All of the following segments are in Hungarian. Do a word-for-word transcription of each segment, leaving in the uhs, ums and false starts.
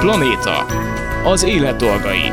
Planéta. Az élet dolgai.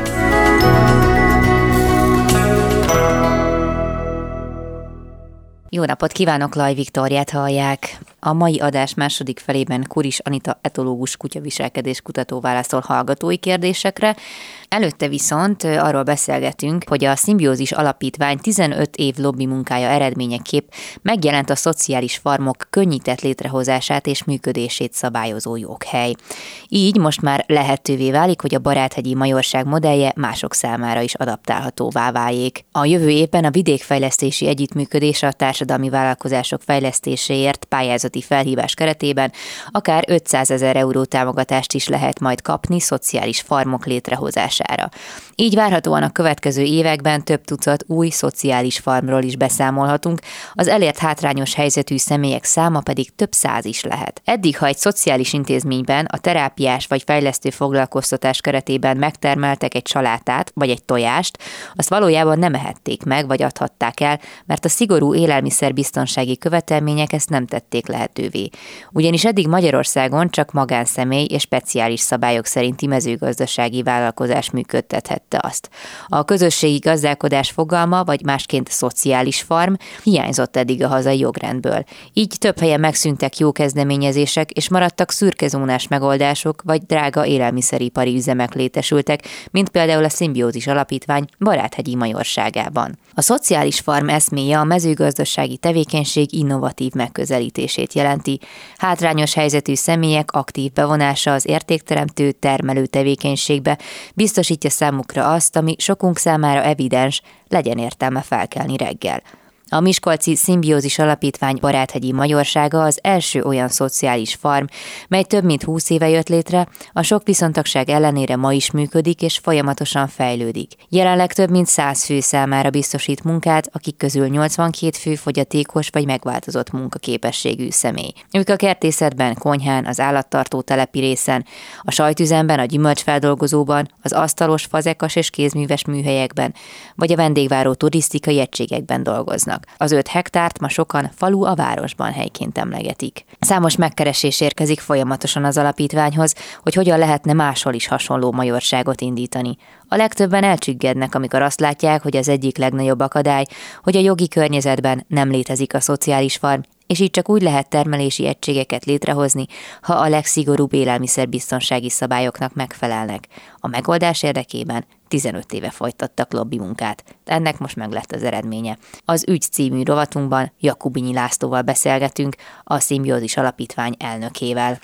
Jó napot kívánok, Laj Viktóriát hallják! A mai adás második felében Kuris Anita etológus kutyaviselkedés kutató válaszol hallgatói kérdésekre. Előtte viszont arról beszélgetünk, hogy a Szimbiózis Alapítvány tizenöt év lobby munkája eredményeképp megjelent a szociális farmok könnyített létrehozását és működését szabályozó joghely. Így most már lehetővé válik, hogy a Baráthegyi Majorság modellje mások számára is adaptálhatóvá váljék. A jövő évben a vidékfejlesztési együttműködés a társadalmi vállalkozások fejlesztéséért pályázati felhívás keretében akár ötszázezer euró támogatást is lehet majd kapni szociális farmok létrehozására. Így várhatóan a következő években több tucat új szociális farmról is beszámolhatunk, az elért hátrányos helyzetű személyek száma pedig több száz is lehet. Eddig, ha egy szociális intézményben a terápiás vagy fejlesztő foglalkoztatás keretében megtermeltek egy salátát vagy egy tojást, azt valójában nem ehették meg vagy adhatták el, mert a szigorú élelmiszerbiztonsági követelmények ezt nem tették lehetővé. Ugyanis eddig Magyarországon csak magánszemély és speciális szabályok szerinti mezőgazdasági vállalkozás működtethette azt. A közösségi gazdálkodás fogalma, vagy másként szociális farm hiányzott eddig a hazai jogrendből. Így több helyen megszűntek jó kezdeményezések, és maradtak szürkezónás megoldások, vagy drága élelmiszeripari üzemek létesültek, mint például a Szimbiózis Alapítvány Baráthegyi Majorságában. A szociális farm eszméje a mezőgazdasági tevékenység innovatív megközelítését jelenti. Hátrányos helyzetű személyek aktív bevonása az értékteremtő termelő tevékenységbe biztosítja számukra azt, ami sokunk számára evidens, legyen értelme felkelni reggel. A miskolci Szimbiózis Alapítvány Baráthegyi Majorsága az első olyan szociális farm, mely több mint húsz éve jött létre, a sok viszontagság ellenére ma is működik és folyamatosan fejlődik. Jelenleg több mint száz fő számára biztosít munkát, akik közül nyolcvankét fő fogyatékos vagy megváltozott munkaképességű személy. Ők a kertészetben, konyhán, az állattartó telepi részen, a sajtüzemben, a gyümölcsfeldolgozóban, az asztalos, fazekas és kézműves műhelyekben, vagy a vendégváró turisztikai egységekben dolgoznak. Az öt hektárt ma sokan falu a városban helyként emlegetik. Számos megkeresés érkezik folyamatosan az alapítványhoz, hogy hogyan lehetne máshol is hasonló majorságot indítani. A legtöbben elcsüggednek, amikor azt látják, hogy az egyik legnagyobb akadály, hogy a jogi környezetben nem létezik a szociális farm, és így csak úgy lehet termelési egységeket létrehozni, ha a legszigorúbb élelmiszerbiztonsági szabályoknak megfelelnek. A megoldás érdekében tizenöt éve folytattak lobby munkát. Ennek most meg lett az eredménye. Az Ügy című rovatunkban Jakubinyi Lászlóval beszélgetünk, a Szimbiózis Alapítvány elnökével.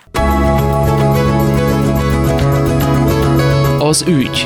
Az Ügy.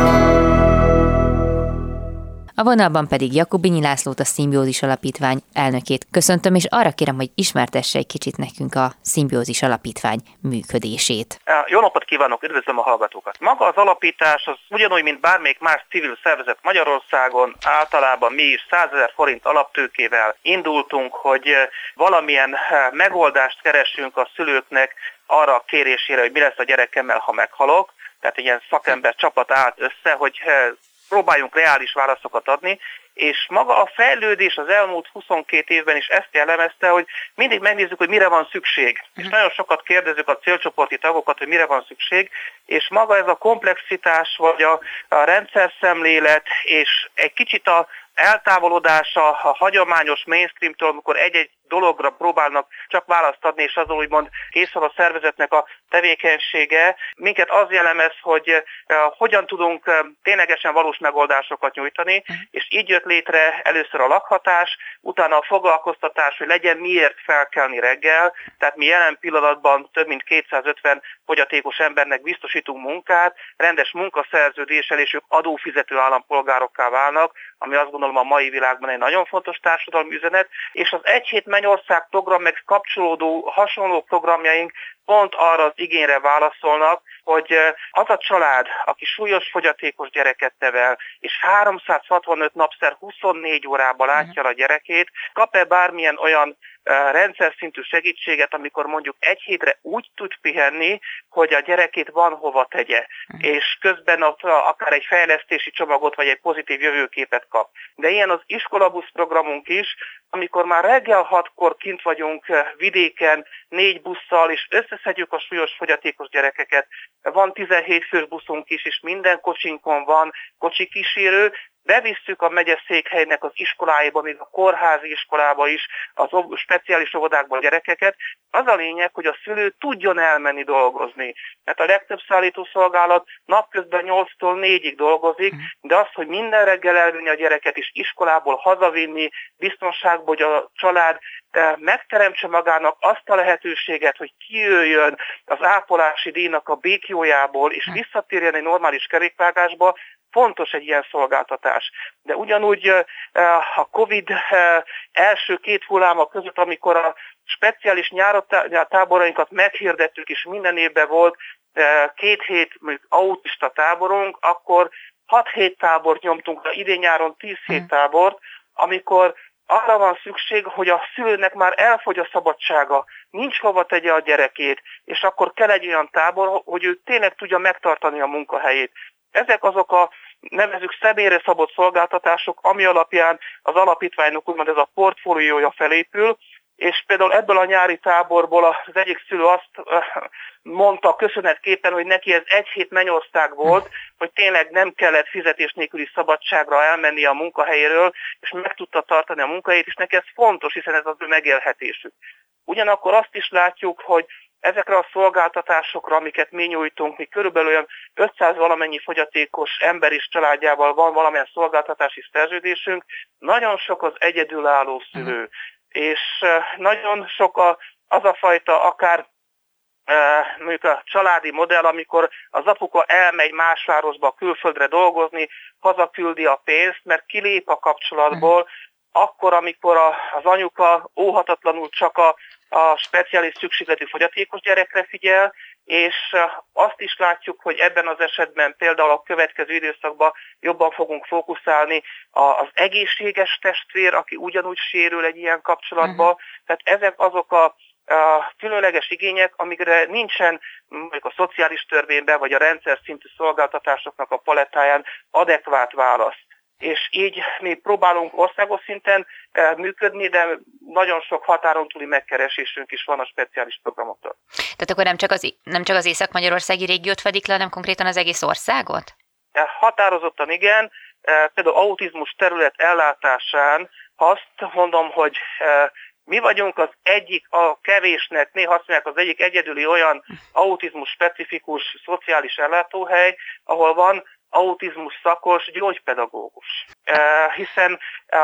A vonalban pedig Jakubinyi Lászlót, a Szimbiózis Alapítvány elnökét köszöntöm, és arra kérem, hogy ismertesse egy kicsit nekünk a Szimbiózis Alapítvány működését. Jó napot kívánok, üdvözlöm a hallgatókat! Maga az alapítás az ugyanúgy, mint bármelyik más civil szervezet Magyarországon, általában mi is százezer forint alaptőkével indultunk, hogy valamilyen megoldást keressünk a szülőknek arra a kérésére, hogy mi lesz a gyerekemmel, ha meghalok. Tehát egy ilyen szakember csapat állt össze, hogy próbáljunk reális válaszokat adni, és maga a fejlődés az elmúlt huszonkét évben is ezt jellemezte, hogy mindig megnézzük, hogy mire van szükség. Uh-huh. És nagyon sokat kérdezzük a célcsoporti tagokat, hogy mire van szükség, és maga ez a komplexitás, vagy a, a rendszerszemlélet, és egy kicsit a eltávolodása a hagyományos mainstreamtől, amikor egy-egy dologra próbálnak csak választ adni, és azon úgymond kész van a szervezetnek a tevékenysége. Minket az jellemez, hogy uh, hogyan tudunk uh, ténylegesen valós megoldásokat nyújtani, uh-huh. és így jött létre először a lakhatás, utána a foglalkoztatás, hogy legyen miért felkelni reggel, tehát mi jelen pillanatban több mint kétszázötven fogyatékos embernek biztosítunk munkát, rendes munkaszerződéssel, és ők adófizető állampolgárokká válnak, ami azt gondolom a mai világban egy nagyon fontos társadalmi üzenet, és az Egy Hét Mennyország program meg kapcsolódó hasonló programjaink pont arra az igényre válaszolnak, hogy az a család, aki súlyos fogyatékos gyereket nevel, és háromszázhatvanöt napszer huszonnégy órában látja a gyerekét, kap-e bármilyen olyan rendszer szintű segítséget, amikor mondjuk egy hétre úgy tud pihenni, hogy a gyerekét van hova tegye, és közben ott akár egy fejlesztési csomagot, vagy egy pozitív jövőképet kap. De ilyen az iskolabusz programunk is, amikor már reggel hatkor kint vagyunk vidéken, négy busszal, és össze összeszedjük a súlyos fogyatékos gyerekeket. Van tizenhét fős buszunk is, és minden kocsinkon van kocsikísérő, bevisszük a megyeszékhelynek az iskoláiba, még a kórházi iskolába is, az speciális óvodákba a gyerekeket. Az a lényeg, hogy a szülő tudjon elmenni dolgozni. Mert a legtöbb szállítószolgálat napközben nyolctól négyig dolgozik, de az, hogy minden reggel elvinni a gyereket és iskolából hazavinni, biztonságban, hogy a család megteremtse magának azt a lehetőséget, hogy kijöjjön az ápolási díjnak a békjójából, és visszatérjen egy normális kerékvágásba, fontos egy ilyen szolgáltatás. De ugyanúgy a Covid első két hulláma között, amikor a speciális nyárotáborainkat meghirdettük, és minden évben volt két hét autista táborunk, akkor hat hét tábort nyomtunk, idén nyáron tíz hét tábort, amikor arra van szükség, hogy a szülőnek már elfogy a szabadsága, nincs hova tegye a gyerekét, és akkor kell egy olyan tábor, hogy ő tényleg tudja megtartani a munkahelyét. Ezek azok a nevezzük személyre szabott szolgáltatások, ami alapján az alapítványnak úgymond ez a portfóliója felépül, és például ebből a nyári táborból az egyik szülő azt mondta köszönetképpen, hogy neki ez egy hét mennyország volt, hogy tényleg nem kellett fizetés nélküli szabadságra elmenni a munkahelyéről, és meg tudta tartani a munkahelyét, és neki ez fontos, hiszen ez az ő megélhetésük. Ugyanakkor azt is látjuk, hogy ezekre a szolgáltatásokra, amiket mi nyújtunk, mi körülbelül olyan ötszáz valamennyi fogyatékos ember és családjával van valamilyen szolgáltatási szerződésünk, nagyon sok az egyedülálló szülő, és nagyon sok a, az a fajta akár mondjuk a családi modell, amikor az apuka elmegy más városba, külföldre dolgozni, hazaküldi a pénzt, mert kilép a kapcsolatból, akkor, amikor a, az anyuka óhatatlanul csak a, a speciális szükségletű fogyatékos gyerekre figyel, és azt is látjuk, hogy ebben az esetben például a következő időszakban jobban fogunk fókuszálni az egészséges testvér, aki ugyanúgy sérül egy ilyen kapcsolatban. Uh-huh. Tehát ezek azok a a különleges igények, amikre nincsen mondjuk a szociális törvényben vagy a rendszer szintű szolgáltatásoknak a palettáján adekvát válasz. És így mi próbálunk országos szinten működni, de nagyon sok határon túli megkeresésünk is van a speciális programoktól. Tehát akkor nem csak az, nem csak az észak-magyarországi régiót fedik le, hanem konkrétan az egész országot? Határozottan igen. Például autizmus terület ellátásán azt mondom, hogy mi vagyunk az egyik a kevésnek, néha azt mondják, az egyik egyedüli olyan autizmus specifikus szociális ellátóhely, ahol van autizmus szakos gyógypedagógus. Hiszen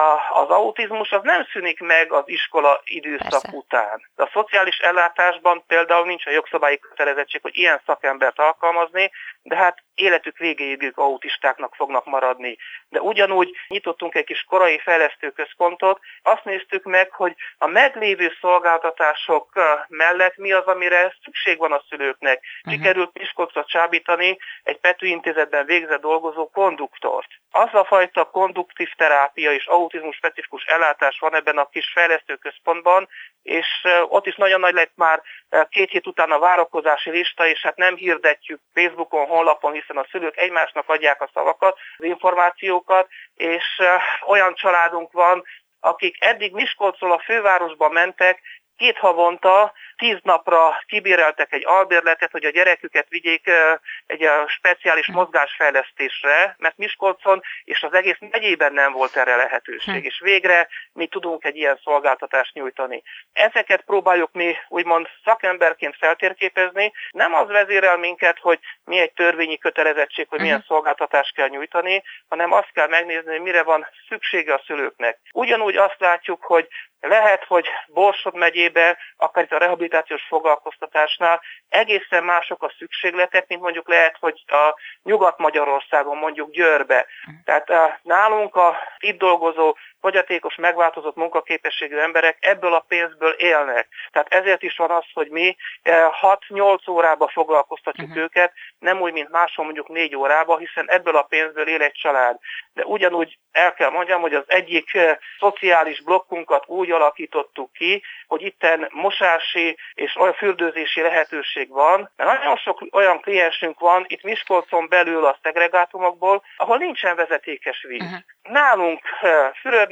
az autizmus az nem szűnik meg az iskola időszak Persze. után. De a szociális ellátásban például nincs a jogszabályi kötelezettség, hogy ilyen szakembert alkalmazni, de hát életük végéig ők autistáknak fognak maradni. De ugyanúgy nyitottunk egy kis korai fejlesztőközpontot, azt néztük meg, hogy a meglévő szolgáltatások mellett mi az, amire szükség van a szülőknek. Sikerült Miskolcra csábítani egy Pető intézetben végzett dolgozó konduktort. Az a fajta konduktív terápia és autizmus specifikus ellátás van ebben a kis fejlesztőközpontban, és ott is nagyon nagy lett már két hét után a várakozási lista, és hát nem hirdetjük Facebookon, honlapon, hiszen a szülők egymásnak adják a szavakat, az információkat, és olyan családunk van, akik eddig Miskolcról a fővárosba mentek, két havonta, tíz napra kibéreltek egy albérletet, hogy a gyereküket vigyék egy speciális mozgásfejlesztésre, mert Miskolcon és az egész megyében nem volt erre lehetőség, hm. és végre mi tudunk egy ilyen szolgáltatást nyújtani. Ezeket próbáljuk mi úgymond szakemberként feltérképezni, nem az vezérel minket, hogy mi egy törvényi kötelezettség, hogy milyen szolgáltatást kell nyújtani, hanem azt kell megnézni, hogy mire van szüksége a szülőknek. Ugyanúgy azt látjuk, hogy lehet, hogy Borsod megyébe, akár itt a rehabilitációs foglalkoztatásnál egészen mások a szükségletek, mint mondjuk lehet, hogy a Nyugat-Magyarországon, mondjuk Győrbe. Tehát nálunk a itt dolgozó, fogyatékos, megváltozott munkaképességű emberek ebből a pénzből élnek. Tehát ezért is van az, hogy mi hat-nyolc órába foglalkoztatjuk uh-huh. őket, nem úgy, mint máshol mondjuk négy órába, hiszen ebből a pénzből él egy család. De ugyanúgy el kell mondjam, hogy az egyik szociális blokkunkat úgy alakítottuk ki, hogy itten mosási és olyan fürdőzési lehetőség van, mert nagyon sok olyan kliensünk van itt Miskolcon belül a szegregátumokból, ahol nincsen vezetékes víz. Uh-huh. Nálunk fürödnek,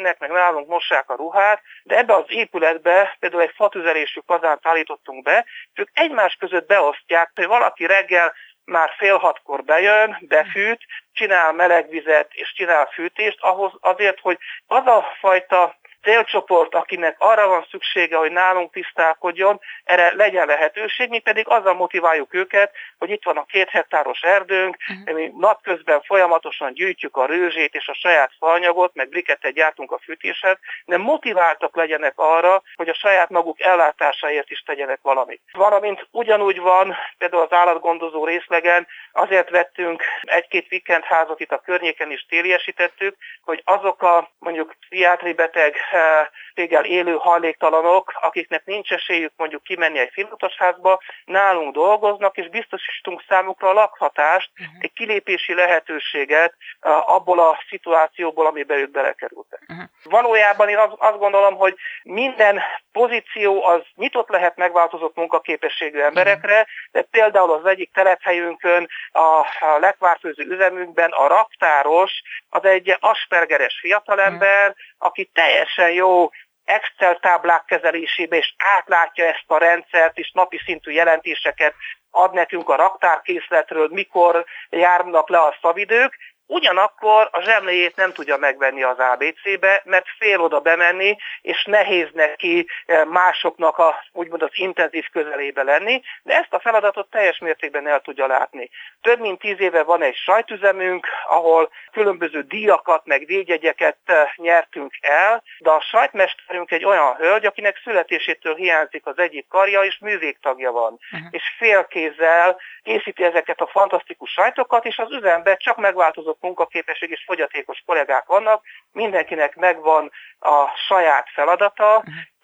jönnek, meg nálunk mossák a ruhát, de ebbe az épületbe például egy fatüzelésű kazánt állítottunk be, és ők egymás között beosztják, hogy valaki reggel már fél hatkor bejön, befűt, csinál melegvizet és csinál fűtést, ahhoz azért, hogy az a fajta célcsoport, akinek arra van szüksége, hogy nálunk tisztálkodjon, erre legyen lehetőség, mi pedig azzal motiváljuk őket, hogy itt van a két hektáros erdőnk, uh-huh. mi napközben folyamatosan gyűjtjük a rőzsét és a saját faanyagot, meg brikettet gyártunk a fűtéshez, de motiváltak legyenek arra, hogy a saját maguk ellátásáért is tegyenek valamit. Valamint ugyanúgy van, például az állatgondozó részlegen, azért vettünk egy-két vikendházat itt a környéken is téliesítettük, hogy azok a mondjuk pszichiátri beteg téggel élő hajléktalanok, akiknek nincs esélyük mondjuk kimenni egy félutas-házba, nálunk dolgoznak, és biztosítunk számukra a lakhatást, uh-huh. egy kilépési lehetőséget abból a szituációból, amiben ők belekerültek. Uh-huh. Valójában én azt gondolom, hogy minden pozíció az nyitott lehet megváltozott munkaképességű emberekre, uh-huh. de például az egyik telephelyünkön, a lekvárfőző üzemünkben a raktáros az egy aspergeres fiatalember, uh-huh. aki teljesen jó Excel táblák kezelésébe, és átlátja ezt a rendszert, és napi szintű jelentéseket ad nekünk a raktárkészletről, mikor járnak le a szavidők, ugyanakkor a zsemléjét nem tudja megvenni az á bé cébe, mert fél oda bemenni, és nehéz neki másoknak a, úgymond az intenzív közelébe lenni, de ezt a feladatot teljes mértékben el tudja látni. Több mint tíz éve van egy sajtüzemünk, ahol különböző díjakat, meg védjegyeket nyertünk el, de a sajtmesterünk egy olyan hölgy, akinek születésétől hiányzik az egyik karja, és művégtagja van. Uh-huh. És félkézzel készíti ezeket a fantasztikus sajtokat, és az üzemben csak megváltozott munkaképesség és fogyatékos kollégák vannak, mindenkinek megvan a saját feladata,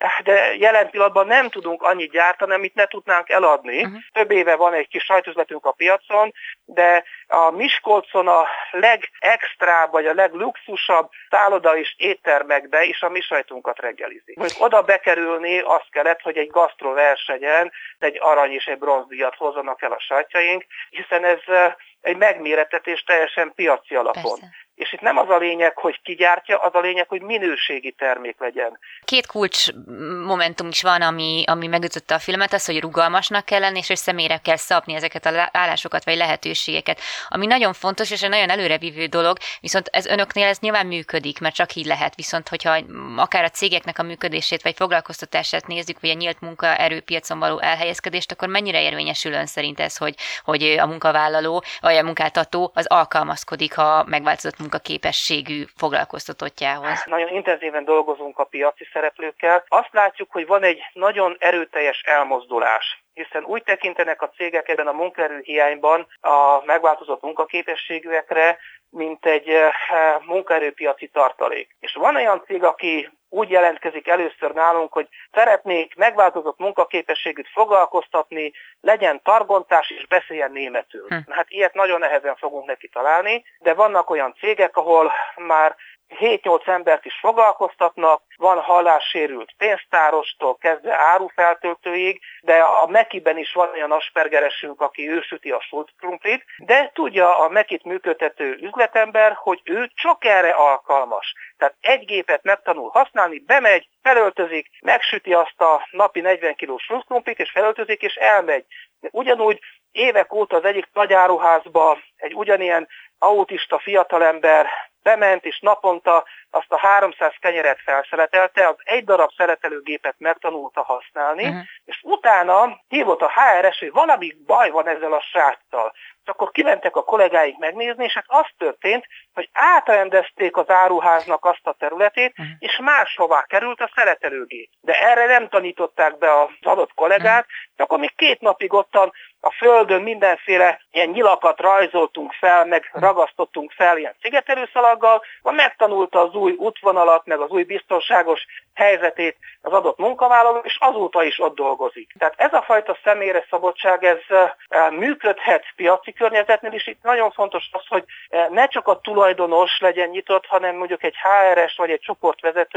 de jelen pillanatban nem tudunk annyit gyártani, amit ne tudnánk eladni. Uh-huh. Több éve van egy kis sajtüzletünk a piacon, de a Miskolcon a legextrább, vagy a legluxusabb szálloda és éttermekbe is a mi sajtunkat reggelizik. Mondjuk oda bekerülni azt kellett, hogy egy gasztroversenyen egy arany és egy bronzdíjat hozzanak el a sajtjaink, hiszen ez egy megmérettetés teljesen piaci alapon. Persze. És itt nem az a lényeg, hogy ki gyártja, az a lényeg, hogy minőségi termék legyen. Két kulcs momentum is van, ami, ami megütötte a filmet, az, hogy rugalmasnak kell lenni, és hogy személyre kell szabni ezeket a állásokat, vagy lehetőségeket. Ami nagyon fontos, és egy nagyon előrevívő dolog, viszont ez önöknél ez nyilván működik, mert csak így lehet. Viszont, hogyha akár a cégeknek a működését, vagy foglalkoztatását nézzük, vagy a nyílt munkaerőpiacon való elhelyezkedést, akkor mennyire érvényesül ön szerint ez, hogy, hogy a munkavállaló, vagy a munkáltató az alkalmazkodik a megváltozott munkaképességű foglalkoztatottjához? Nagyon intenzíven dolgozunk a piaci szereplőkkel. Azt látjuk, hogy van egy nagyon erőteljes elmozdulás, hiszen úgy tekintenek a cégek ebben a munkaerőhiányban a megváltozott munkaképességűekre, mint egy munkaerőpiaci tartalék. És van olyan cég, aki úgy jelentkezik először nálunk, hogy szeretnék megváltozott munkaképességűt foglalkoztatni, legyen targontás és beszéljen németül. Hm. Hát ilyet nagyon nehezen fogunk neki találni, de vannak olyan cégek, ahol már hét-nyolc embert is foglalkoztatnak, van hallássérült pénztárostól kezdve árufeltöltőig, de a Mekiben is van olyan aspergeresünk, aki ő süti a sulckrumplit, de tudja a Mekit működtető üzletember, hogy ő csak erre alkalmas. Tehát egy gépet megtanul használni, bemegy, felöltözik, megsüti azt a napi negyven kilós sulckrumplit, és felöltözik, és elmegy. De ugyanúgy évek óta az egyik nagy áruházba egy ugyanilyen autista fiatalember bement, és naponta azt a háromszáz kenyeret felszeletelte, az egy darab szeletelőgépet megtanulta használni, uh-huh. és utána hívott a há er es, hogy valami baj van ezzel a sráccal. És akkor kimentek a kollégáink megnézni, és hát az történt, hogy átrendezték az áruháznak azt a területét, uh-huh. és máshová került a szeletelőgép. De erre nem tanították be az adott kollégát, uh-huh. és akkor még két napig ottan a földön mindenféle ilyen nyilakat rajzoltunk fel, meg ragasztottunk fel ilyen szigetelőszalaggal, megtanulta az új útvonalat, meg az új biztonságos helyzetét az adott munkavállaló, és azóta is ott dolgozik. Tehát ez a fajta személyre szabadság, ez működhet piaci környezetnél is. Itt nagyon fontos az, hogy ne csak a tulajdonos legyen nyitott, hanem mondjuk egy há er es vagy egy csoportvezető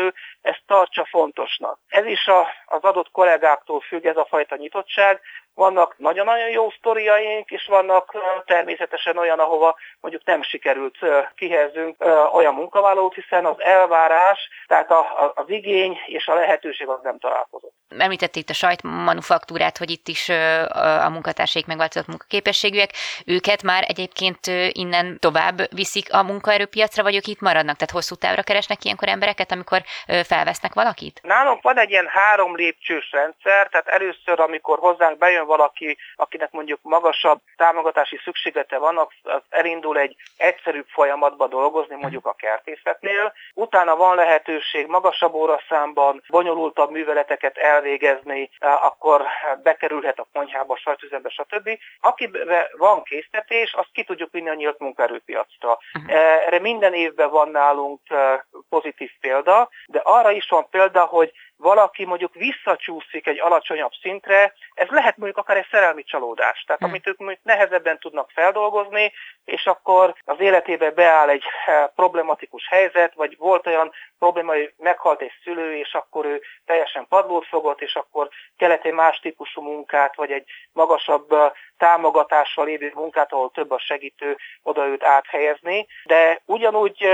ezt tartsa fontosnak. Ez is a, az adott kollégáktól függ, ez a fajta nyitottság. Vannak nagyon-nagyon jó sztoriaink, és vannak természetesen olyan, ahova mondjuk nem sikerült kihelyezzünk olyan munkavállalót, hiszen az elvárás, tehát a, a, az igény és a lehetőség az nem találkozott. Említette itt a sajtmanufaktúrát, hogy itt is a munkatársaik megváltozott munkaképességűek. Őket már egyébként innen tovább viszik a munkaerőpiacra, vagy ők itt maradnak? Tehát hosszú távra keresnek ilyenkor embereket, amikor felvesznek valakit? Nálunk van egy ilyen három lépcsős rendszer, tehát először, amikor hozzánk bejön valaki, akinek mondjuk magasabb támogatási szükséglete van, az elindul egy egyszerűbb folyamatba dolgozni, mondjuk a kertészetnél. Utána van lehetőség magasabb óraszámban bonyolultabb műveleteket elvégezni, akkor bekerülhet a konyhába, sajtüzembe, stb. Akiben van késztetés, azt ki tudjuk vinni a nyílt munkaerőpiacra. Erre minden évben van nálunk pozitív példa, de arra is van példa, hogy valaki mondjuk visszacsúszik egy alacsonyabb szintre, ez lehet mondjuk akár egy szerelmi csalódás, tehát hmm. amit ők mondjuk nehezebben tudnak feldolgozni, és akkor az életébe beáll egy problematikus helyzet, vagy volt olyan probléma, hogy meghalt egy szülő, és akkor ő teljesen padlót fogott, és akkor kellett egy más típusú munkát, vagy egy magasabb támogatással lévő munkát, ahol több a segítő, oda őt áthelyezni. De ugyanúgy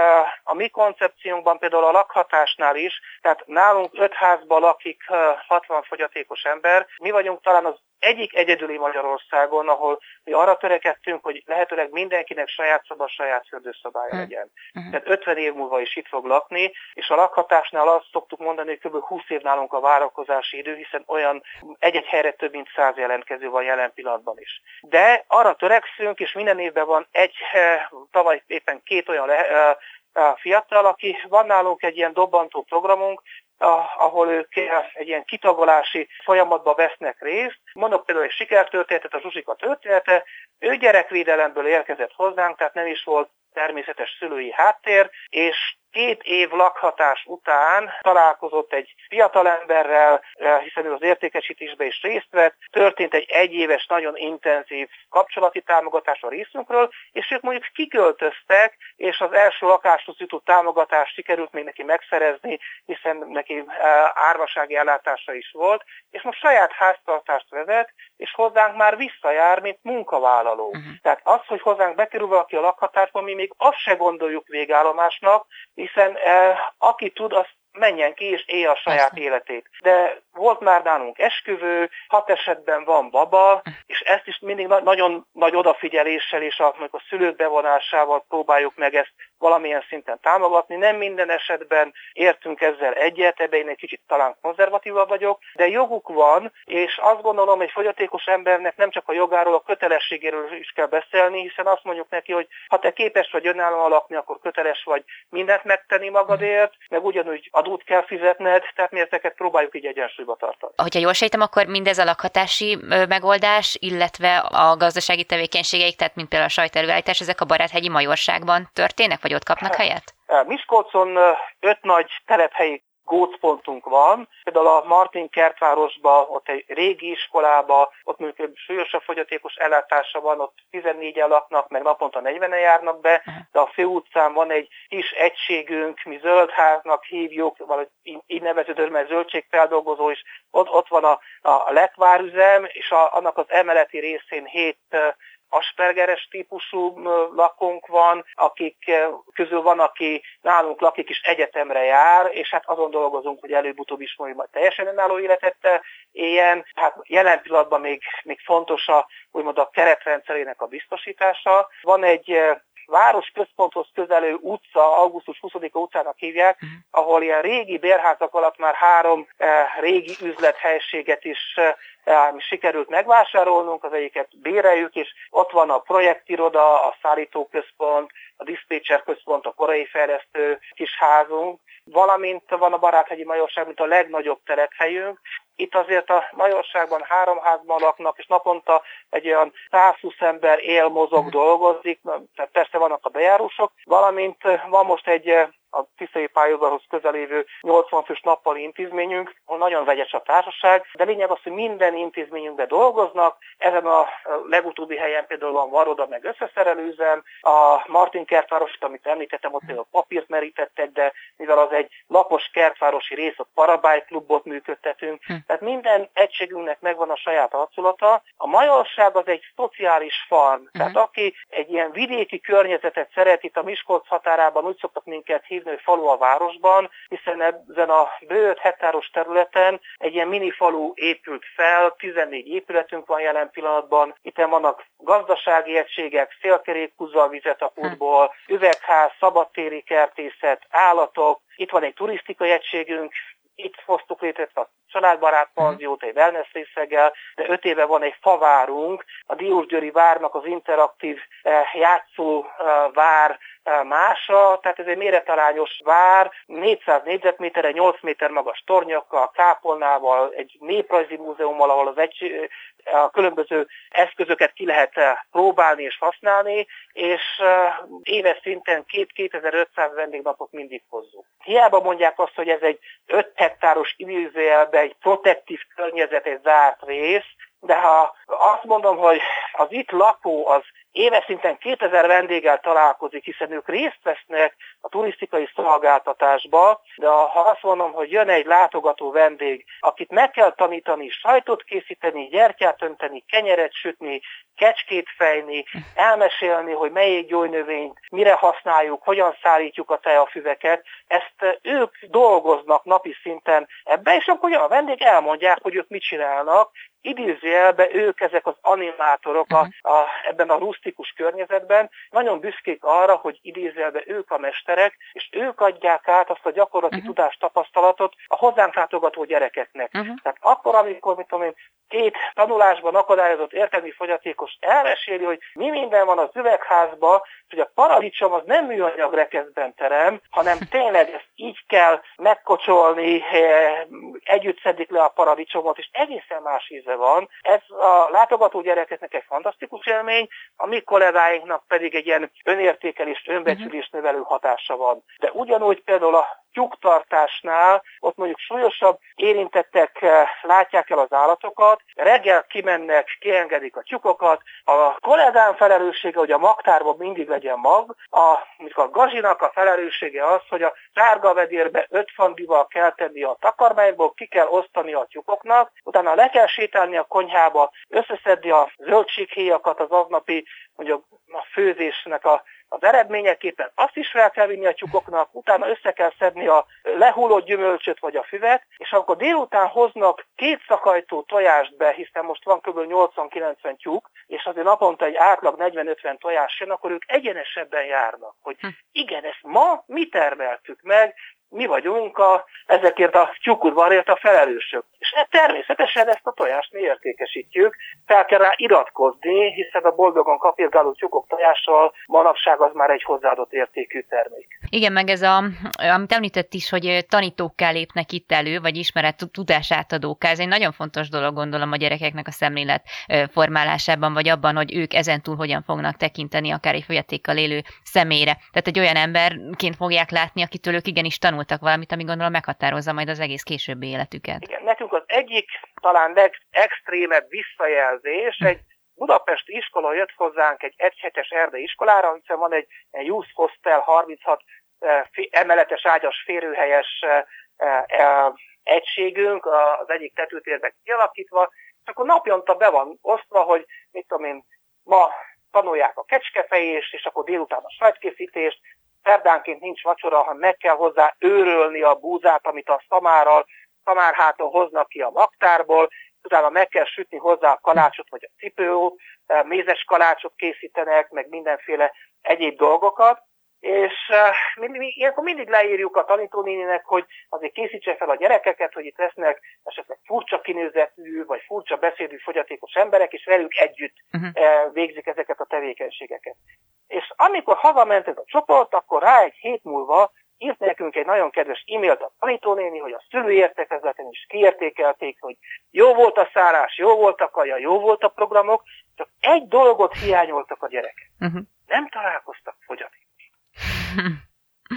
a mi koncepciónkban például a lakhatásnál is, tehát nálunk öt házban lakik hatvan fogyatékos ember, mi vagyunk talán az egyik egyedüli Magyarországon, ahol mi arra törekedtünk, hogy lehetőleg mindenkinek saját szoba, saját fürdőszobája hmm. legyen. Hmm. Tehát ötven év múlva is itt fog lakni, és a lakhatásnál azt szoktuk mondani, hogy kb. húsz év nálunk a várakozási idő, hiszen olyan egy-egy helyre több mint száz jelentkező van jelen pillanatban is. De arra törekszünk, és minden évben van egy, tavaly éppen két olyan le, fiatal, aki van nálunk egy ilyen dobbantó programunk, ahol ők egy ilyen kitagolási folyamatban vesznek részt. Mondok például egy sikertörténetet, a Zsuzsika története. Ő gyerekvédelemből érkezett hozzánk, tehát nem is volt természetes szülői háttér, és két év lakhatás után találkozott egy fiatalemberrel, hiszen ő az értékesítésbe is részt vett, történt egy egyéves, nagyon intenzív kapcsolati támogatás a részünkről, és ők mondjuk kiköltöztek, és az első lakáshoz jutó támogatást sikerült még neki megszerezni, hiszen neki árvasági ellátása is volt, és most saját háztartást vezet, és hozzánk már visszajár, mint munkavállaló. Uh-huh. Tehát az, hogy hozzánk bekerül valaki a lakhatásba, mi még azt se gondoljuk végállomásnak, hiszen eh, aki tud, az menjen ki és élje a saját Persze. életét. De volt már nálunk esküvő, hat esetben van baba, és ezt is mindig na- nagyon nagy odafigyeléssel és a, a szülők bevonásával próbáljuk meg ezt valamilyen szinten támogatni. Nem minden esetben értünk ezzel egyet, ebben én egy kicsit talán konzervatívabb vagyok, de joguk van, és azt gondolom, egy fogyatékos embernek nem csak a jogáról, a kötelességéről is kell beszélni, hiszen azt mondjuk neki, hogy ha te képes vagy önállóan lakni, akkor köteles vagy mindent megtenni magadért, meg ugyanúgy adót kell fizetned, tehát mi ezeket próbáljuk így egyensúlyba tartani. Hogyha jól sejtem, akkor mindez a lakhatási megoldás, illetve a gazdasági tevékenységeik, tehát mint például a sajtelőállítás, ezek a Baráthegyi Majorságban történnek, vagy ott kapnak helyet? Miskolcon öt nagy telephelyi gócpontunk van, például a Martin kertvárosban, ott egy régi iskolába, ott mondjuk súlyosabb fogyatékos ellátása van, ott tizennégyen laknak, meg naponta negyvenen járnak be, de a főutcán van egy kis egységünk, mi zöldháznak hívjuk, vagy így neveződő, mert zöldségfeldolgozó is, ott, ott van a, a lekvárüzem, és a, annak az emeleti részén hét aspergeres típusú lakónk van, akik közül van, aki nálunk lakik és egyetemre jár, és hát azon dolgozunk, hogy előbb-utóbb is majd teljesen önálló életet éljen. Hát jelen pillanatban még, még fontos a, úgymond a keretrendszerének a biztosítása. Van egy városközponthoz közelő utca, augusztus huszadika utcának hívják, uh-huh. ahol ilyen régi bérházak alatt már három eh, régi üzlethelységet is eh, sikerült megvásárolnunk, az egyiket béreljük, és ott van a projektiroda, a szállítóközpont, a diszpécser központ, a korai fejlesztő kis házunk, valamint van a Baráthegyi Majorság, mint a legnagyobb telephelyünk. Itt azért a Majorságban három házban laknak, és naponta egy olyan százhúsz ember él, mozog, dolgozik, tehát persze vannak a bejárósok, valamint van most egy a Tiszai pályaudvarhoz közel lévő nyolcvan fős nappali intézményünk, ahol nagyon vegyes a társaság, de lényeg az, hogy minden intézményünkben dolgoznak. Ezen a legutóbbi helyen például van varoda meg összeszerelőüzem, a Martin kertváros, amit említettem, ott például papírt merítettek, de mivel az egy lapos kertvárosi rész, ott parabájklubot működtetünk, hm. tehát minden egységünknek megvan a saját arculata. A majorság az egy szociális farm, hm. tehát aki egy ilyen vidéki környezetet szeret, itt a Miskolc határában úgy szoktak minket hívni, hogy falu a városban, hiszen ezen a bő öt hektáros területen egy ilyen mini falu épült fel, tizennégy épületünk van jelen pillanatban, itt vannak gazdasági egységek, szélkerékhúzó a vizet a kútból, üvegház, szabadtéri kertészet, állatok, itt van egy turisztikai egységünk, itt hoztuk létre a családbarát panziót, egy wellness részeggel, de öt éve van egy favárunk, a Diósgyőri várnak az interaktív játszó vár mása, tehát ez egy méretarányos vár, négyszáz négyzetméterre, nyolc méter magas tornyokkal, kápolnával, egy néprajzi múzeummal, ahol az egy, a különböző eszközöket ki lehet próbálni és használni, és éves szinten két-kétezer-ötszáz vendégnapot mindig hozzuk. Hiába mondják azt, hogy ez egy öt hektáros idézőjelben egy protektív környezet, egy zárt rész, de ha azt mondom, hogy az itt lakó az éves szinten kétezer vendéggel találkozik, hiszen ők részt vesznek a turisztikai szolgáltatásba, de ha azt mondom, hogy jön egy látogató vendég, akit meg kell tanítani sajtot készíteni, gyertyát önteni, kenyeret sütni, kecskét fejni, elmesélni, hogy melyik gyógynövényt mire használjuk, hogyan szállítjuk a tejafüveket, ezt ők dolgoznak napi szinten ebbe, és akkor a vendég elmondják, hogy ők mit csinálnak, idézőjelben ők, ezek az animátorok a, a, ebben a rusztikus környezetben nagyon büszkék arra, hogy idézőjelben ők a mesterek, és ők adják át azt a gyakorlati uh-huh. tudást, tapasztalatot a hozzánk látogató gyerekeknek. Uh-huh. Tehát akkor, amikor, mit tudom én, két tanulásban akadályozott értelmi fogyatékos elmeséli, hogy mi minden van az üvegházban, hogy a paradicsom az nem műanyag rekeszben terem, hanem tényleg ezt így kell megkocsolni, együtt szedik le a paradicsomot, és egészen más íze van. Ez a látogató gyerekeknek egy fantasztikus élmény, a mi kollégáinknak pedig egy ilyen önértékelést, önbecsülést növelő hatása van. De ugyanúgy például a tyúktartásnál, ott mondjuk súlyosabb érintettek látják el az állatokat, reggel kimennek, kiengedik a tyúkokat, a kollégám felelőssége, hogy a magtárban mindig legyen mag, a, a gazsinak a felelőssége az, hogy a sárga vedérbe öt fandival kell tenni a takarmányból, ki kell osztani a tyúkoknak, utána le kell sétálni a konyhába, összeszedni a zöldséghéjakat az aznapi, mondjuk a főzésnek a az eredményeképpen azt is fel kell vinni a tyúkoknak, utána össze kell szedni a lehullott gyümölcsöt vagy a füvet, és akkor délután hoznak két szakajtó tojást be, hiszen most van kb. nyolcvan-kilencven tyúk, és azért naponta egy átlag negyven-ötven tojás jön, akkor ők egyenesebben járnak, hogy igen, ezt ma mi termeltük meg, mi vagyunk a, ezekért a tyúkudvarért a felelősök. És természetesen ezt a tojást mi értékesítjük, fel kell rá iratkozni, hiszen a boldogan kapirgáló tyúkok tojással manapság az már egy hozzáadott értékű termék. Igen, meg ez, a, amit említett is, hogy tanítókká lépnek itt elő, vagy ismeret tudásátadókká, ez egy nagyon fontos dolog, gondolom, a gyerekeknek a szemlélet formálásában, vagy abban, hogy ők ezentúl hogyan fognak tekinteni akár egy fogyatékkal élő személyre. Tehát egy olyan emberként fogják látni, akitől ők igenis tanultak valamit, ami gondolom meghatározza majd az egész későbbi életüket. Igen, nekünk az egyik talán legextrémebb visszajelzés, egy budapesti iskola jött hozzánk egy egyhetes erdei iskolára, hiszen van egy, egy youth hostel, harminchat emeletes ágyas férőhelyes egységünk, az egyik tetőtérben kialakítva, és akkor napjonta be van osztva, hogy mit tudom én, ma tanulják a kecskefejést, és akkor délután a sajtkészítést, szerdánként nincs vacsora, hanem meg kell hozzá őrölni a búzát, amit a szamárral, szamárháton hoznak ki a magtárból, utána meg kell sütni hozzá a kalácsot vagy a cipőt, mézes kalácsot készítenek, meg mindenféle egyéb dolgokat, és mi, mi, mi ilyenkor mindig leírjuk a tanítónéninek, hogy azért készítse fel a gyerekeket, hogy itt lesznek esetleg furcsa kinézetű, vagy furcsa beszédű fogyatékos emberek, és velük együtt uh-huh. végzik ezeket a tevékenységeket. És amikor hazament ez a csoport, akkor rá egy hét múlva írt nekünk egy nagyon kedves e-mailt a tanítónéni, hogy a szülői értekezleten is kiértékelték, hogy jó volt a szállás, jó volt a kaja, jó volt a programok, csak egy dolgot hiányoltak a gyerekek. Uh-huh. Nem találkoztak fogyatékos. És én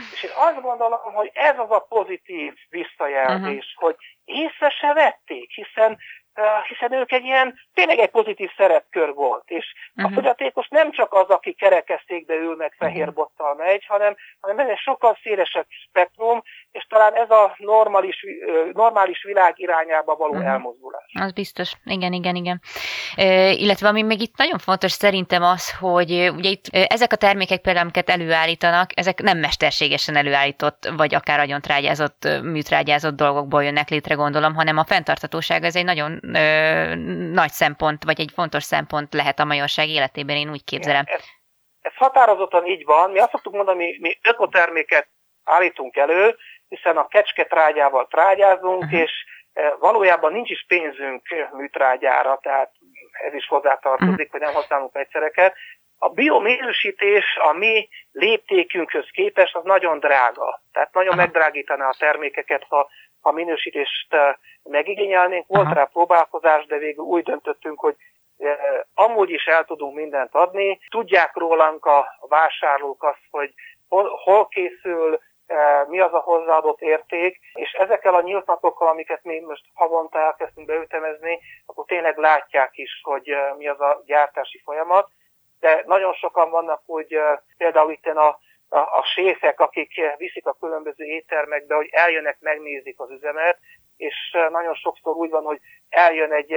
azt gondolom, hogy ez az a pozitív visszajelzés, uh-huh. hogy észre se vették, hiszen Uh, hiszen ők egy ilyen, tényleg egy pozitív szerepkör volt, és uh-huh. a fogyatékos nem csak az, aki kerekesszékbe ül meg fehér bottal megy, hanem, hanem ez egy sokkal szélesebb spektrum, és talán ez a normális, normális világ irányába való uh-huh. elmozdulás. Az biztos, igen, igen, igen. E, illetve ami még itt nagyon fontos szerintem az, hogy ugye itt ezek a termékek például, amiket előállítanak, ezek nem mesterségesen előállított, vagy akár agyontrágyázott, műtrágyázott dolgokból jönnek létre, gondolom, hanem a fenntarthatóság ez egy nagyon Ö, nagy szempont, vagy egy fontos szempont lehet a majorság életében, én úgy képzelem. Ez, ez határozottan így van. Mi azt szoktuk mondani, mi, mi ökoterméket állítunk elő, hiszen a kecsketrágyával trágyázunk, uh-huh. és e, valójában nincs is pénzünk műtrágyára, tehát ez is hozzátartozik, uh-huh. hogy nem használunk egyszereket. A biominősítés a mi léptékünkhöz képest az nagyon drága. Tehát nagyon uh-huh. megdrágítaná a termékeket, ha a minősítést megigényelnénk. Volt Aha. rá próbálkozás, de végül úgy döntöttünk, hogy eh, amúgy is el tudunk mindent adni. Tudják rólunk a vásárlók azt, hogy hol, hol készül, eh, mi az a hozzáadott érték, és ezekkel a nyílt napokkal, amiket mi most havonta elkezdtünk beütemezni, akkor tényleg látják is, hogy eh, mi az a gyártási folyamat. De nagyon sokan vannak úgy, eh, például itt a A, a séfek, akik viszik a különböző éttermekbe, hogy eljönnek, megnézik az üzemet, és nagyon sokszor úgy van, hogy eljön egy,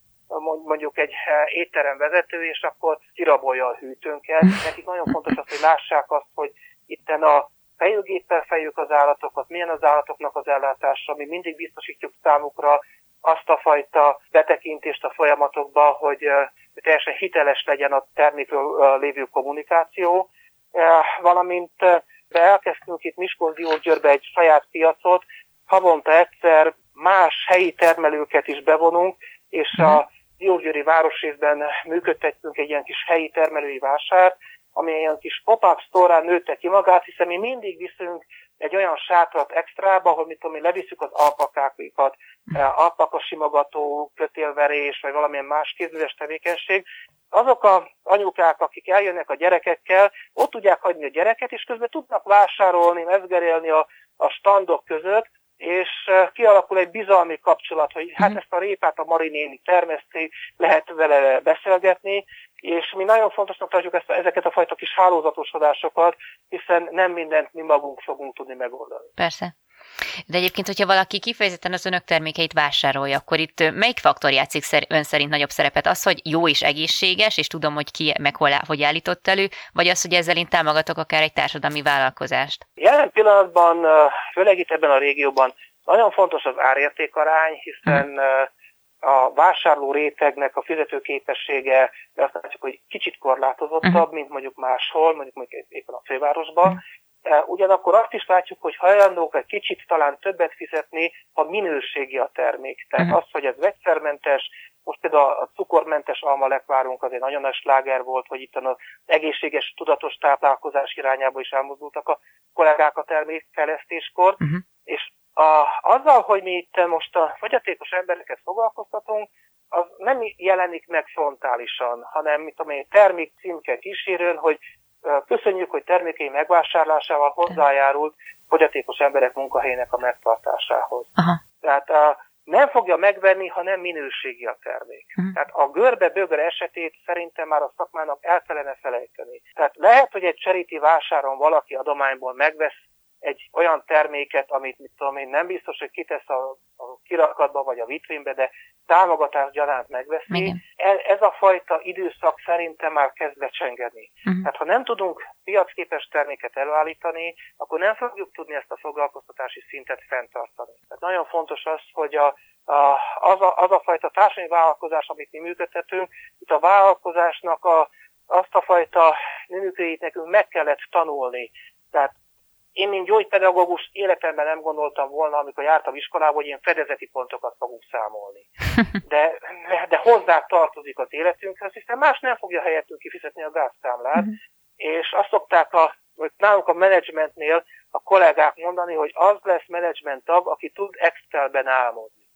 mondjuk egy étterem vezető, és akkor kirabolja a hűtőnket. Nekik nagyon fontos az, hogy lássák azt, hogy itten a fejőgéppel fejük az állatokat, milyen az állatoknak az ellátása, mi mindig biztosítjuk számukra azt a fajta betekintést a folyamatokba, hogy teljesen hiteles legyen a termékről lévő kommunikáció, valamint elkezdtünk itt Miskolc-Diósgyőrbe egy saját piacot, havonta egyszer más helyi termelőket is bevonunk, és a diósgyőri városrészben működtetünk egy ilyen kis helyi termelői vásárt, ami ilyen kis pop-up store-án nőtte ki magát, hiszen mi mindig viszünk egy olyan sátrat extrába, ahol mit tudom, mi leviszük az alpakákat, alpakasimogató, kötélverés, vagy valamilyen más kézműves tevékenység. Azok az anyukák, akik eljönnek a gyerekekkel, ott tudják hagyni a gyereket, és közben tudnak vásárolni, mezgerélni a, a standok között, és kialakul egy bizalmi kapcsolat, hogy hát ezt a répát a Mari néni termeszti, lehet vele beszélgetni, és mi nagyon fontosnak tartjuk ezt, ezeket a fajta kis hálózatosodásokat, hiszen nem mindent mi magunk fogunk tudni megoldani. Persze. De egyébként, hogyha valaki kifejezetten az önök termékeit vásárolja, akkor itt melyik faktor játszik ön szerint nagyobb szerepet? Az, hogy jó és egészséges, és tudom, hogy ki meg hol, hogy állított elő, vagy az, hogy ezzel én támogatok akár egy társadalmi vállalkozást? Jelen pillanatban, főleg itt ebben a régióban nagyon fontos az árértékarány, hiszen hmm. a vásárló rétegnek a fizetőképessége, de azt mondjuk, hogy kicsit korlátozottabb, uh-huh. mint mondjuk máshol, mondjuk, mondjuk éppen a fővárosban. Uh-huh. Ugyanakkor azt is látjuk, hogy hajlandók egy kicsit talán többet fizetni, ha minőségi a termék. Tehát uh-huh. az, hogy ez vegyszermentes, most például a cukormentes almalekvárunk azért nagyon nagy sláger volt, hogy itt az egészséges, tudatos táplálkozás irányába is elmozdultak a kollégák a termékfejlesztéskor, uh-huh. és a, azzal, hogy mi itt most a fogyatékos embereket foglalkoztatunk, az nem jelenik meg frontálisan, hanem mit tudom én, termék címke kísérőn, hogy köszönjük, hogy termékei megvásárlásával hozzájárult fogyatékos emberek munkahelyének a megtartásához. Aha. Tehát a, nem fogja megvenni, ha nem minőségi a termék. Uh-huh. Tehát a görbe-bögre esetét szerintem már a szakmának el kellene felejteni. Tehát lehet, hogy egy charity vásáron valaki adományból megvesz egy olyan terméket, amit mit tudom én, nem biztos, hogy kitesz a, a kirakatba vagy a vitrínbe, de támogatás gyanánt megveszi. Ez, ez a fajta időszak szerintem már kezd becsengedni. Uh-huh. Tehát ha nem tudunk piacképes terméket előállítani, akkor nem fogjuk tudni ezt a foglalkoztatási szintet fenntartani. Tehát nagyon fontos az, hogy a, a, az, a, az a fajta társadalmi vállalkozás, amit mi működtetünk, itt a vállalkozásnak a, azt a fajta működését nekünk meg kellett tanulni. Tehát én, mint gyógypedagógus életemben nem gondoltam volna, amikor jártam iskolába, hogy ilyen fedezeti pontokat fogunk számolni. De, de hozzá tartozik az életünkhöz, hiszen más nem fogja helyettünk kifizetni a gázszámlát, uh-huh. és azt szokták a, hogy nálunk a menedzsmentnél a kollégák mondani, hogy az lesz menedzsment tag, aki tud Excelben álmodni.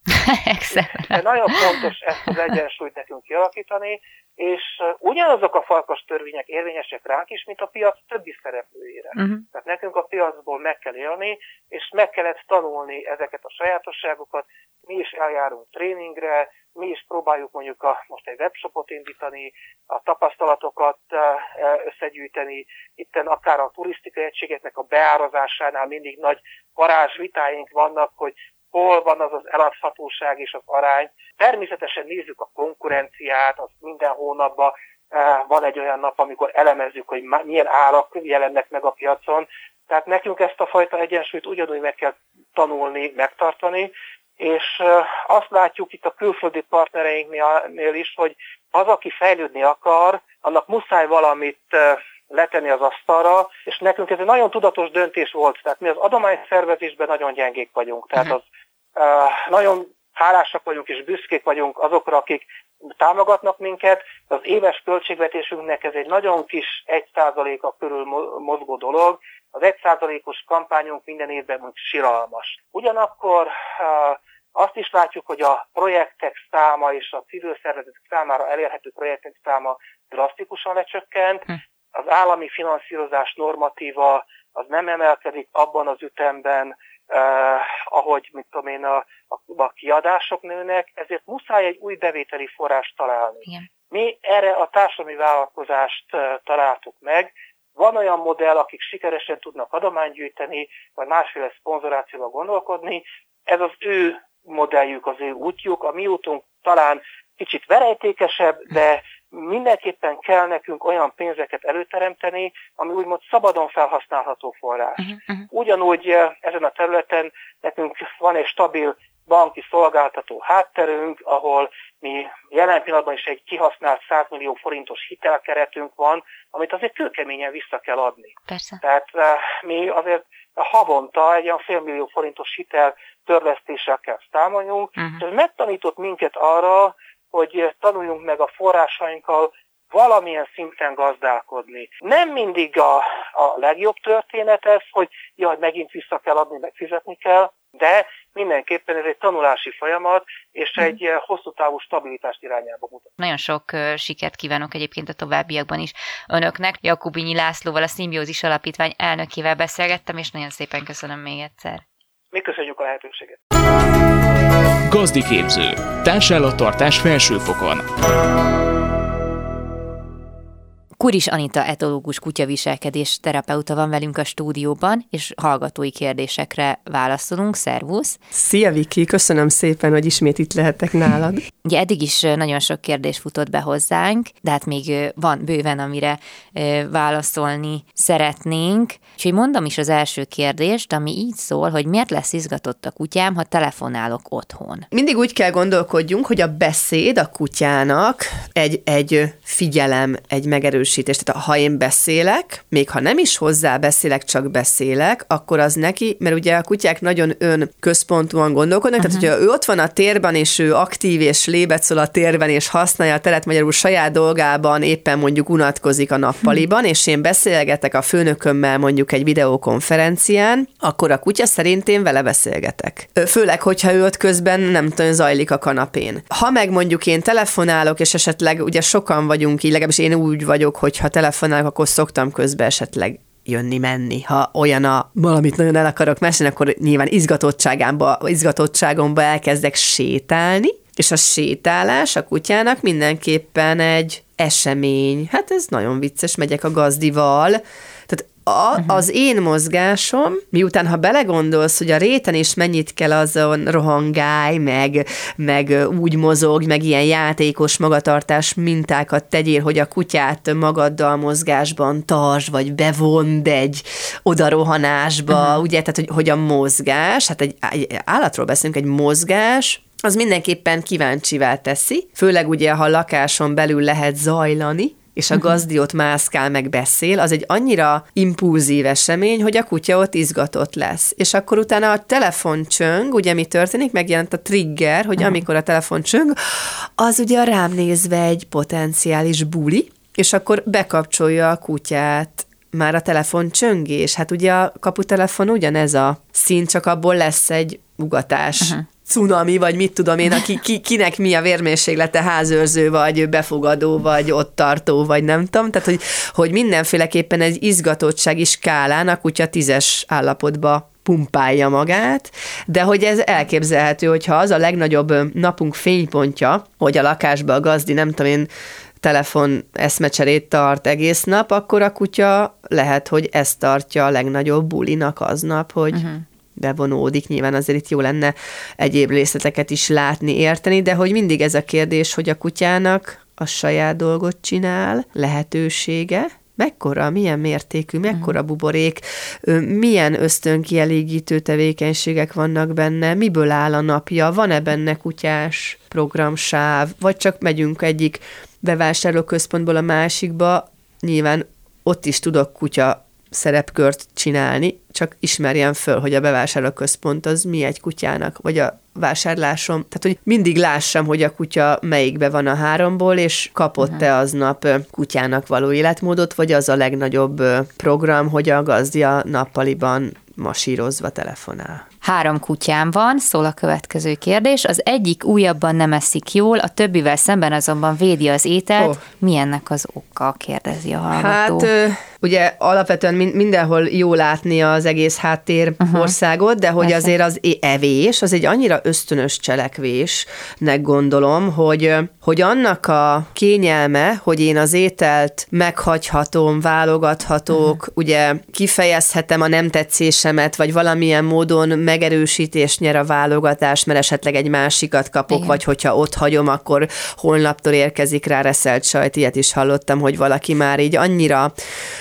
De nagyon fontos ezt az egyensúlyt nekünk kialakítani, és ugyanazok a farkas törvények érvényesek ránk is, mint a piac többi szereplőjére. Uh-huh. Tehát nekünk a piacból meg kell élni, és meg kellett tanulni ezeket a sajátosságokat. Mi is eljárunk tréningre, mi is próbáljuk mondjuk a, most egy webshopot indítani, a tapasztalatokat összegyűjteni, itten akár a turisztikai egységeknek a beárazásánál mindig nagy varázsvitáink vannak, hogy hol van az az eladhatóság és az arány. Természetesen nézzük a konkurenciát, az minden hónapban van egy olyan nap, amikor elemezzük, hogy milyen árak jelennek meg a piacon. Tehát nekünk ezt a fajta egyensúlyt ugyanúgy meg kell tanulni, megtartani, és azt látjuk itt a külföldi partnereinknél is, hogy az, aki fejlődni akar, annak muszáj valamit letenni az asztalra, és nekünk ez egy nagyon tudatos döntés volt, tehát mi az adományszervezésben nagyon gyengék vagyunk, tehát az uh, nagyon hálásak vagyunk és büszkék vagyunk azokra, akik támogatnak minket, az éves költségvetésünknek ez egy nagyon kis egy százaléka körül mozgó dolog, az egy százalékos kampányunk minden évben mondjuk siralmas. Ugyanakkor uh, azt is látjuk, hogy a projektek száma és a civil szervezetek számára elérhető projektek száma drasztikusan lecsökkent, hm. Az állami finanszírozás normatíva az nem emelkedik abban az ütemben, eh, ahogy mit tudom én, a, a, a kiadások nőnek, ezért muszáj egy új bevételi forrást találni. Igen. Mi erre a társadalmi vállalkozást eh, találtuk meg. Van olyan modell, akik sikeresen tudnak adományt gyűjteni, vagy másféle szponzorációval gondolkodni. Ez az ő modelljük, az ő útjuk. A mi útunk talán kicsit verejtékesebb, de mindenképpen kell nekünk olyan pénzeket előteremteni, ami úgymond szabadon felhasználható forrás. Uh-huh, uh-huh. Ugyanúgy ezen a területen nekünk van egy stabil banki szolgáltató hátterünk, ahol mi jelen pillanatban is egy kihasznált száz millió forintos hitelkeretünk van, amit azért kőkeményen vissza kell adni. Persze. Tehát mi azért havonta egy olyan félmillió forintos hitel törlesztéssel kell számoljunk, uh-huh. és ez megtanított minket arra, hogy tanuljunk meg a forrásainkkal valamilyen szinten gazdálkodni. Nem mindig a, a legjobb történet ez, hogy jaj, megint vissza kell adni, meg fizetni kell, de mindenképpen ez egy tanulási folyamat, és mm. egy hosszú távú stabilitást irányába mutat. Nagyon sok uh, sikert kívánok egyébként a továbbiakban is önöknek. Jakubinyi Lászlóval, a Szimbiózis Alapítvány elnökével beszélgettem, és nagyon szépen köszönöm még egyszer. Mi köszönjük a lehetőséget. Gazdiképző. Társállattartás felsőfokon. Kuris Anita etológus kutyaviselkedés terapeuta van velünk a stúdióban, és hallgatói kérdésekre válaszolunk. Szervusz! Szia, Viki! Köszönöm szépen, hogy ismét itt lehetek nálad. Ugye eddig is nagyon sok kérdés futott be hozzánk, de hát még van bőven, amire válaszolni szeretnénk. Úgyhogy mondom is az első kérdést, ami így szól, hogy miért lesz izgatott a kutyám, ha telefonálok otthon? Mindig úgy kell gondolkodjunk, hogy a beszéd a kutyának egy, egy figyelem, egy megerősítés. Tehát ha én beszélek, még ha nem is hozzá beszélek, csak beszélek, akkor az neki, mert ugye a kutyák nagyon önközpontúan gondolkodnak, uh-huh. tehát hogyha ő ott van a térben, és ő aktív és lébecol a térben, és használja a teret, magyarul saját dolgában éppen mondjuk unatkozik a nappaliban, és én beszélgetek a főnökömmel mondjuk egy videokonferencián, akkor a kutya szerint én vele beszélgetek. Főleg, hogyha ő ott közben nem tudom, zajlik a kanapén. Ha meg mondjuk én telefonálok, és esetleg ugye sokan vagyunk így, legalábbis én úgy vagyok, hogyha telefonálok, akkor szoktam közben esetleg jönni-menni. Ha olyan a valamit nagyon el akarok mesélni, akkor nyilván izgatottságomba, izgatottságomba elkezdek sétálni, és a sétálás a kutyának mindenképpen egy esemény. Hát ez nagyon vicces, megyek a gazdival. Tehát a, uh-huh. az én mozgásom, miután ha belegondolsz, hogy a réten is mennyit kell azon rohangálj, meg, meg úgy mozog, meg ilyen játékos magatartás mintákat tegyél, hogy a kutyát magaddal mozgásban tartsd, vagy bevond egy odarohanásba, uh-huh. ugye, tehát hogy, hogy a mozgás, hát egy, egy állatról beszélünk, egy mozgás, az mindenképpen kíváncsivá teszi, főleg ugye, ha lakáson belül lehet zajlani, és a gazdi ott mászkál, meg beszél, az egy annyira impulzív esemény, hogy a kutya ott izgatott lesz. És akkor utána a telefon csöng, ugye mi történik, megjelent a trigger, hogy amikor a telefon csöng, az ugye a rám nézve egy potenciális buli, és akkor bekapcsolja a kutyát már a telefon csöngés. Hát ugye a kaputelefon ugyanez a szín, csak abból lesz egy ugatás. Uh-huh. cunami, vagy mit tudom én, aki, ki, kinek mi a vérmérséklete, házőrző, vagy befogadó, vagy ott tartó, vagy nem tudom. Tehát, hogy, hogy mindenféleképpen egy izgatottsági skálán a kutya tízes állapotba pumpálja magát, de hogy ez elképzelhető, hogyha az a legnagyobb napunk fénypontja, hogy a lakásba a gazdi, nem tudom én, telefon eszmecserét tart egész nap, akkor a kutya lehet, hogy ezt tartja a legnagyobb bulinak aznap, hogy uh-huh. bevonódik. Nyilván azért itt jó lenne egyéb részleteket is látni, érteni, de hogy mindig ez a kérdés, hogy a kutyának a saját dolgot csinál, lehetősége, mekkora, milyen mértékű, mekkora buborék, milyen ösztönkielégítő tevékenységek vannak benne, miből áll a napja, van-e benne kutyás programsáv, vagy csak megyünk egyik bevásárlóközpontból a másikba, nyilván ott is tudok kutya szerepkört csinálni, csak ismerjem föl, hogy a bevásárlóközpont az mi egy kutyának, vagy a vásárlásom. Tehát, hogy mindig lássam, hogy a kutya melyikbe van a háromból, és kapott-e aznap kutyának való életmódot, vagy az a legnagyobb program, hogy a gazdi a nappaliban masírozva telefonál. Három kutyám van, szól a következő kérdés. Az egyik újabban nem eszik jól, a többivel szemben azonban védi az ételt. Oh. Mi ennek az oka, kérdezi a hallgató. Hát ugye alapvetően mindenhol jó látni az egész háttér uh-huh. országot, de hogy Persze. azért az evés, az egy annyira ösztönös cselekvésnek gondolom, hogy, hogy annak a kényelme, hogy én az ételt meghagyhatom, válogathatok, uh-huh. ugye kifejezhetem a nem tetszésemet, vagy valamilyen módon megerősítést nyer a válogatás, mert esetleg egy másikat kapok, Igen. vagy hogyha ott hagyom, akkor holnaptól érkezik rá reszelt sajt, ilyet is hallottam, hogy valaki már így annyira.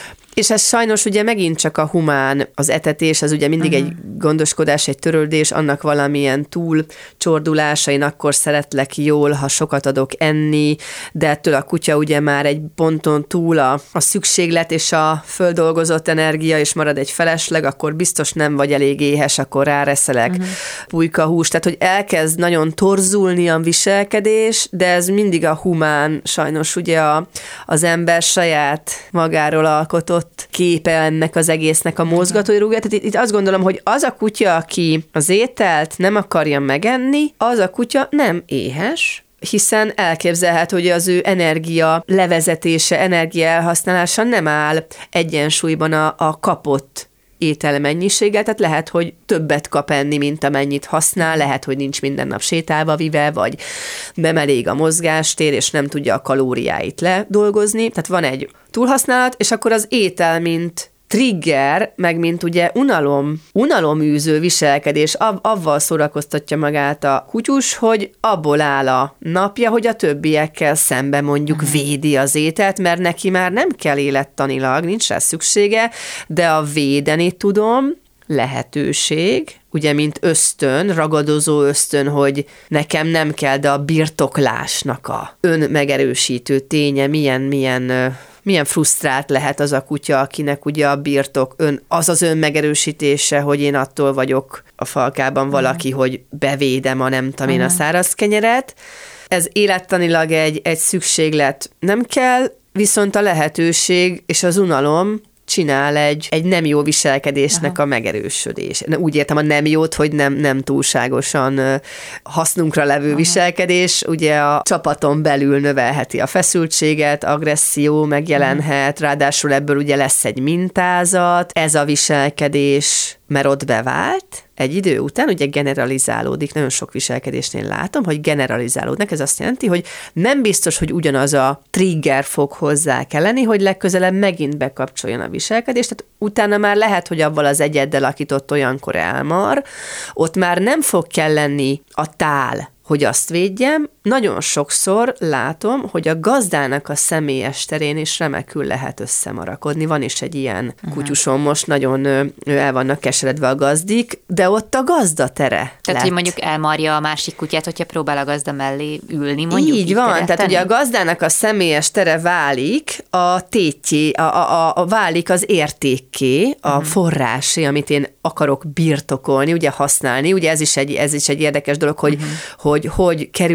És ez sajnos ugye megint csak a humán, az etetés, az ugye mindig uh-huh. egy gondoskodás, egy törődés, annak valamilyen túl csordulása, én akkor szeretlek jól, ha sokat adok enni, de ettől a kutya ugye már egy ponton túl a, a szükséglet és a földolgozott energia, és marad egy felesleg, akkor biztos nem vagy elég éhes, akkor ráreszelek uh-huh. pulykahúst, tehát hogy elkezd nagyon torzulni a viselkedés, de ez mindig a humán, sajnos ugye a, az ember saját magáról alkotott képe ennek az egésznek a mozgatóirúgja. Tehát itt, itt azt gondolom, hogy az a kutya, aki az ételt nem akarja megenni, az a kutya nem éhes, hiszen elképzelhető, hogy az ő energia levezetése, energia elhasználása nem áll egyensúlyban a, a kapott ételmennyiséggel, tehát lehet, hogy többet kap enni, mint amennyit használ, lehet, hogy nincs minden nap sétálva vive, vagy nem elég a mozgástér, és nem tudja a kalóriáit ledolgozni, tehát van egy túlhasználat, és akkor az étel, mint trigger, meg mint ugye unalom, unaloműző viselkedés, av- avval szórakoztatja magát a kutyus, hogy abból áll a napja, hogy a többiekkel szembe mondjuk uh-huh. védi az ételt, mert neki már nem kell élettanilag, nincs rá szüksége, de a védeni tudom, lehetőség, ugye mint ösztön, ragadozó ösztön, hogy nekem nem kell, de a birtoklásnak a önmegerősítő ténye, milyen, milyen milyen frusztrált lehet az a kutya, akinek ugye a birtok, ön, az az önmegerősítése, hogy én attól vagyok a falkában valaki, uh-huh. hogy bevédem a nem tudom én uh-huh. a száraz kenyeret. Ez élettanilag egy, egy szükséglet nem kell, viszont a lehetőség és az unalom csinál egy, egy nem jó viselkedésnek Aha. a megerősödés. Úgy értem a nem jót, hogy nem, nem túlságosan hasznunkra levő Aha. viselkedés. Ugye a csapaton belül növelheti a feszültséget, agresszió megjelenhet, Aha. ráadásul ebből ugye lesz egy mintázat. Ez a viselkedés, mert ott bevált, egy idő után ugye generalizálódik, nagyon sok viselkedésnél látom, hogy generalizálódnak, ez azt jelenti, hogy nem biztos, hogy ugyanaz a trigger fog hozzá kelleni, hogy legközelebb megint bekapcsoljon a viselkedést, tehát utána már lehet, hogy avval az egyeddel, akit ott olyankor elmar, ott már nem fog kelleni a tál, hogy azt védjem. Nagyon sokszor látom, hogy a gazdának a személyes terén is remekül lehet összemarakodni. Van is egy ilyen uh-huh. kutyusom, most nagyon el vannak keseredve a gazdik, de ott a gazda tere Tehát, lett. hogy mondjuk elmarja a másik kutyát, hogyha próbál a gazda mellé ülni, mondjuk. Így, így van, tehát tenni? Ugye a gazdának a személyes tere válik a tétjé, a, a, a, válik az értékké, a uh-huh. forrásé, amit én akarok birtokolni, ugye használni. Ugye ez is egy, ez is egy érdekes dolog, hogy, uh-huh. hogy hogy kerülünk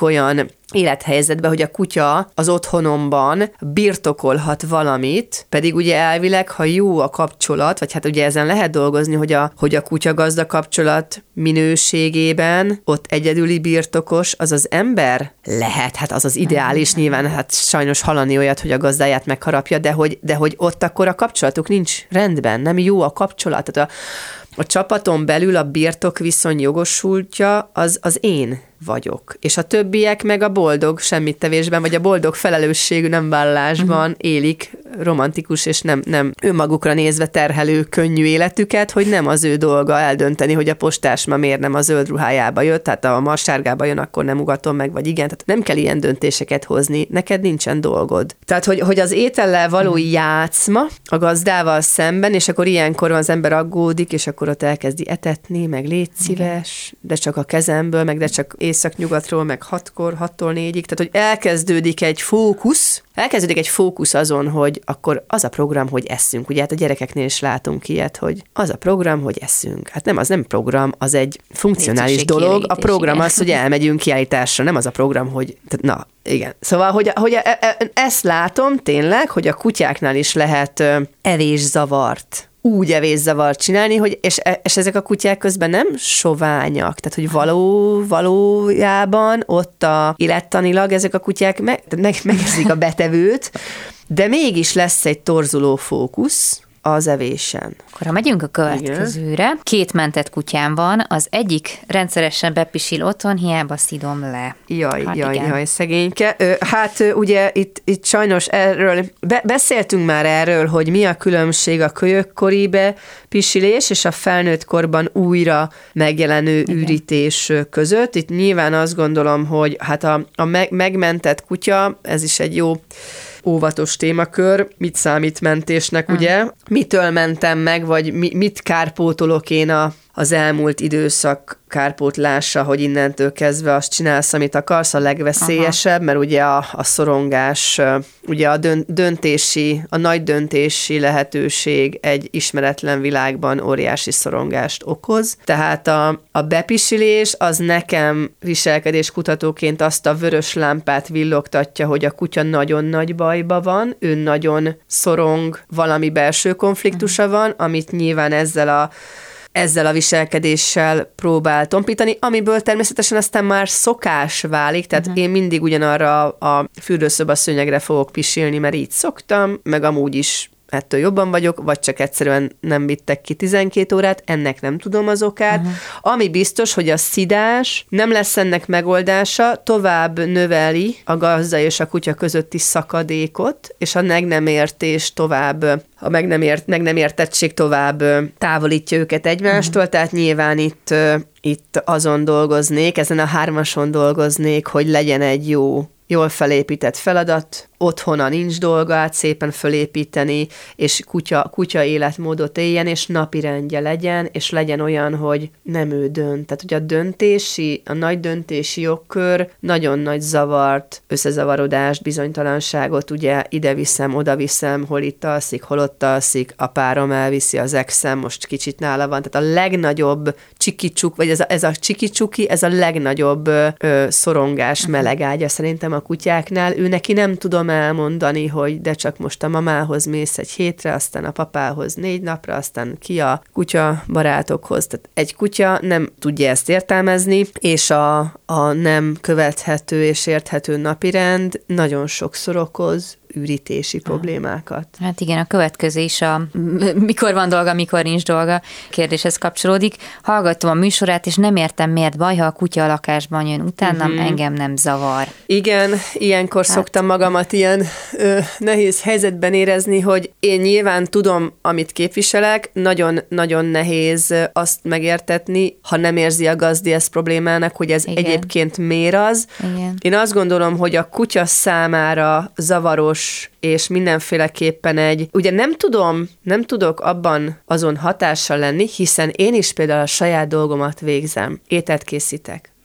olyan élethelyzetbe, hogy a kutya az otthonomban birtokolhat valamit, pedig ugye elvileg, ha jó a kapcsolat, vagy hát ugye ezen lehet dolgozni, hogy a, hogy a kutya-gazda kapcsolat minőségében ott egyedüli birtokos az az ember lehet, hát az az ideális, nyilván hát sajnos hallani olyat, hogy a gazdáját megharapja, de hogy, de hogy ott akkor a kapcsolatuk nincs rendben, nem jó a kapcsolat. Tehát a, a csapaton belül a birtokviszony jogosultja az, az én vagyok. És a többiek meg a boldog semmittevésben, vagy a boldog felelősségű nem vállásban uh-huh. élik romantikus és nem, nem önmagukra nézve terhelő, könnyű életüket, hogy nem az ő dolga eldönteni, hogy a postás ma miért nem a zöld ruhájába jött, tehát ha ma sárgába jön, akkor nem ugatom meg, vagy igen. Tehát nem kell ilyen döntéseket hozni, neked nincsen dolgod. Tehát, hogy, hogy az étellel való uh-huh. játszma a gazdával szemben, és akkor ilyenkor az ember aggódik, és akkor ott elkezdi etetni, meg légy szíves, de csak a kezemből, meg de csak észak-nyugatról, meg hatkor, hattól négyig, tehát hogy elkezdődik egy fókusz, elkezdődik egy fókusz azon, hogy akkor az a program, hogy eszünk. Ugye hát a gyerekeknél is látunk ilyet, hogy az a program, hogy eszünk. Hát nem, az nem program, az egy funkcionális dolog. A program igen. az, hogy elmegyünk kiállításra, nem az a program, hogy... Na, igen. Szóval, hogy, hogy e, e, ezt látom tényleg, hogy a kutyáknál is lehet evészavart úgy evészavart csinálni, hogy, és, és ezek a kutyák közben nem soványak, tehát hogy való, valójában ott a élettanilag ezek a kutyák meg, meg, megeszik a betevőt, de mégis lesz egy torzuló fókusz az evésen. Akkor ha megyünk a következőre, igen. Két mentett kutyám van, az egyik rendszeresen bepisil otthon, hiába szidom le. Jaj, hát jaj, igen. jaj, szegényke. Hát ugye itt, itt sajnos erről, be, beszéltünk már erről, hogy mi a különbség a kölyökkori bepisilés és a felnőtt korban újra megjelenő igen. ürítés között. Itt nyilván azt gondolom, hogy hát a, a meg, megmentett kutya, ez is egy jó óvatos témakör, mit számít mentésnek, ugye? Mitől mentem meg, vagy mi, mit kárpótolok én a, az elmúlt időszak kárpótlása, hogy innentől kezdve azt csinálsz, amit akarsz, a legveszélyesebb, aha. mert ugye a, a szorongás, ugye a döntési, a nagy döntési lehetőség egy ismeretlen világban óriási szorongást okoz. Tehát a, a bepisilés az nekem viselkedéskutatóként azt a vörös lámpát villogtatja, hogy a kutya nagyon nagy bajba van, ő nagyon szorong, valami belső konfliktusa uh-huh. van, amit nyilván ezzel a ezzel a viselkedéssel próbál tompítani, amiből természetesen aztán már szokás válik, tehát uh-huh. én mindig ugyanarra a fürdőszoba szőnyegre fogok pisilni, mert így szoktam, meg amúgy is ettől jobban vagyok, vagy csak egyszerűen nem vittek ki tizenkét órát, ennek nem tudom az okát. Uh-huh. Ami biztos, hogy a szidás nem lesz ennek megoldása, tovább növeli a gazda és a kutya közötti szakadékot, és a meg nem értés tovább, a meg nem, ért, meg nem értettség tovább távolítja őket egymástól, uh-huh. tehát nyilván itt, itt azon dolgoznék, ezen a hármason dolgoznék, hogy legyen egy jó, jól felépített feladat, otthona nincs dolga, szépen fölépíteni, és kutya, kutya életmódot éljen, és napirendje legyen, és legyen olyan, hogy nem ő dönt. Tehát, hogy a döntési, a nagy döntési jogkör nagyon nagy zavart, összezavarodást, bizonytalanságot, ugye ide viszem, oda viszem, hol itt alszik, hol ott alszik, a párom elviszi, az exem most kicsit nála van. Tehát a legnagyobb csikicsuk, vagy ez a, ez a csikicsuki, ez a legnagyobb ö, szorongás, melegágya szerintem a kutyáknál. Ő neki nem tudom elmondani, hogy de csak most a mamához mész egy hétre, aztán a papához négy napra, aztán ki a kutya barátokhoz. Tehát egy kutya nem tudja ezt értelmezni, és a, a nem követhető és érthető napirend nagyon sokszor okoz ürítési problémákat. Hát igen, a következő is a mikor van dolga, mikor nincs dolga kérdéshez kapcsolódik. Hallgattam a műsorát, és nem értem, miért baj, ha a kutya a lakásban jön utánam, uh-huh. engem nem zavar. Igen, ilyenkor hát... szoktam magamat ilyen ö, nehéz helyzetben érezni, hogy én nyilván tudom, amit képviselek, nagyon-nagyon nehéz azt megértetni, ha nem érzi a gazdi ezt problémának, hogy ez igen. egyébként miért az. Igen. Én azt gondolom, hogy a kutya számára zavaros és mindenféleképpen egy, ugye nem tudom, nem tudok abban azon hatással lenni, hiszen én is például a saját dolgomat végzem. Ételt készítek,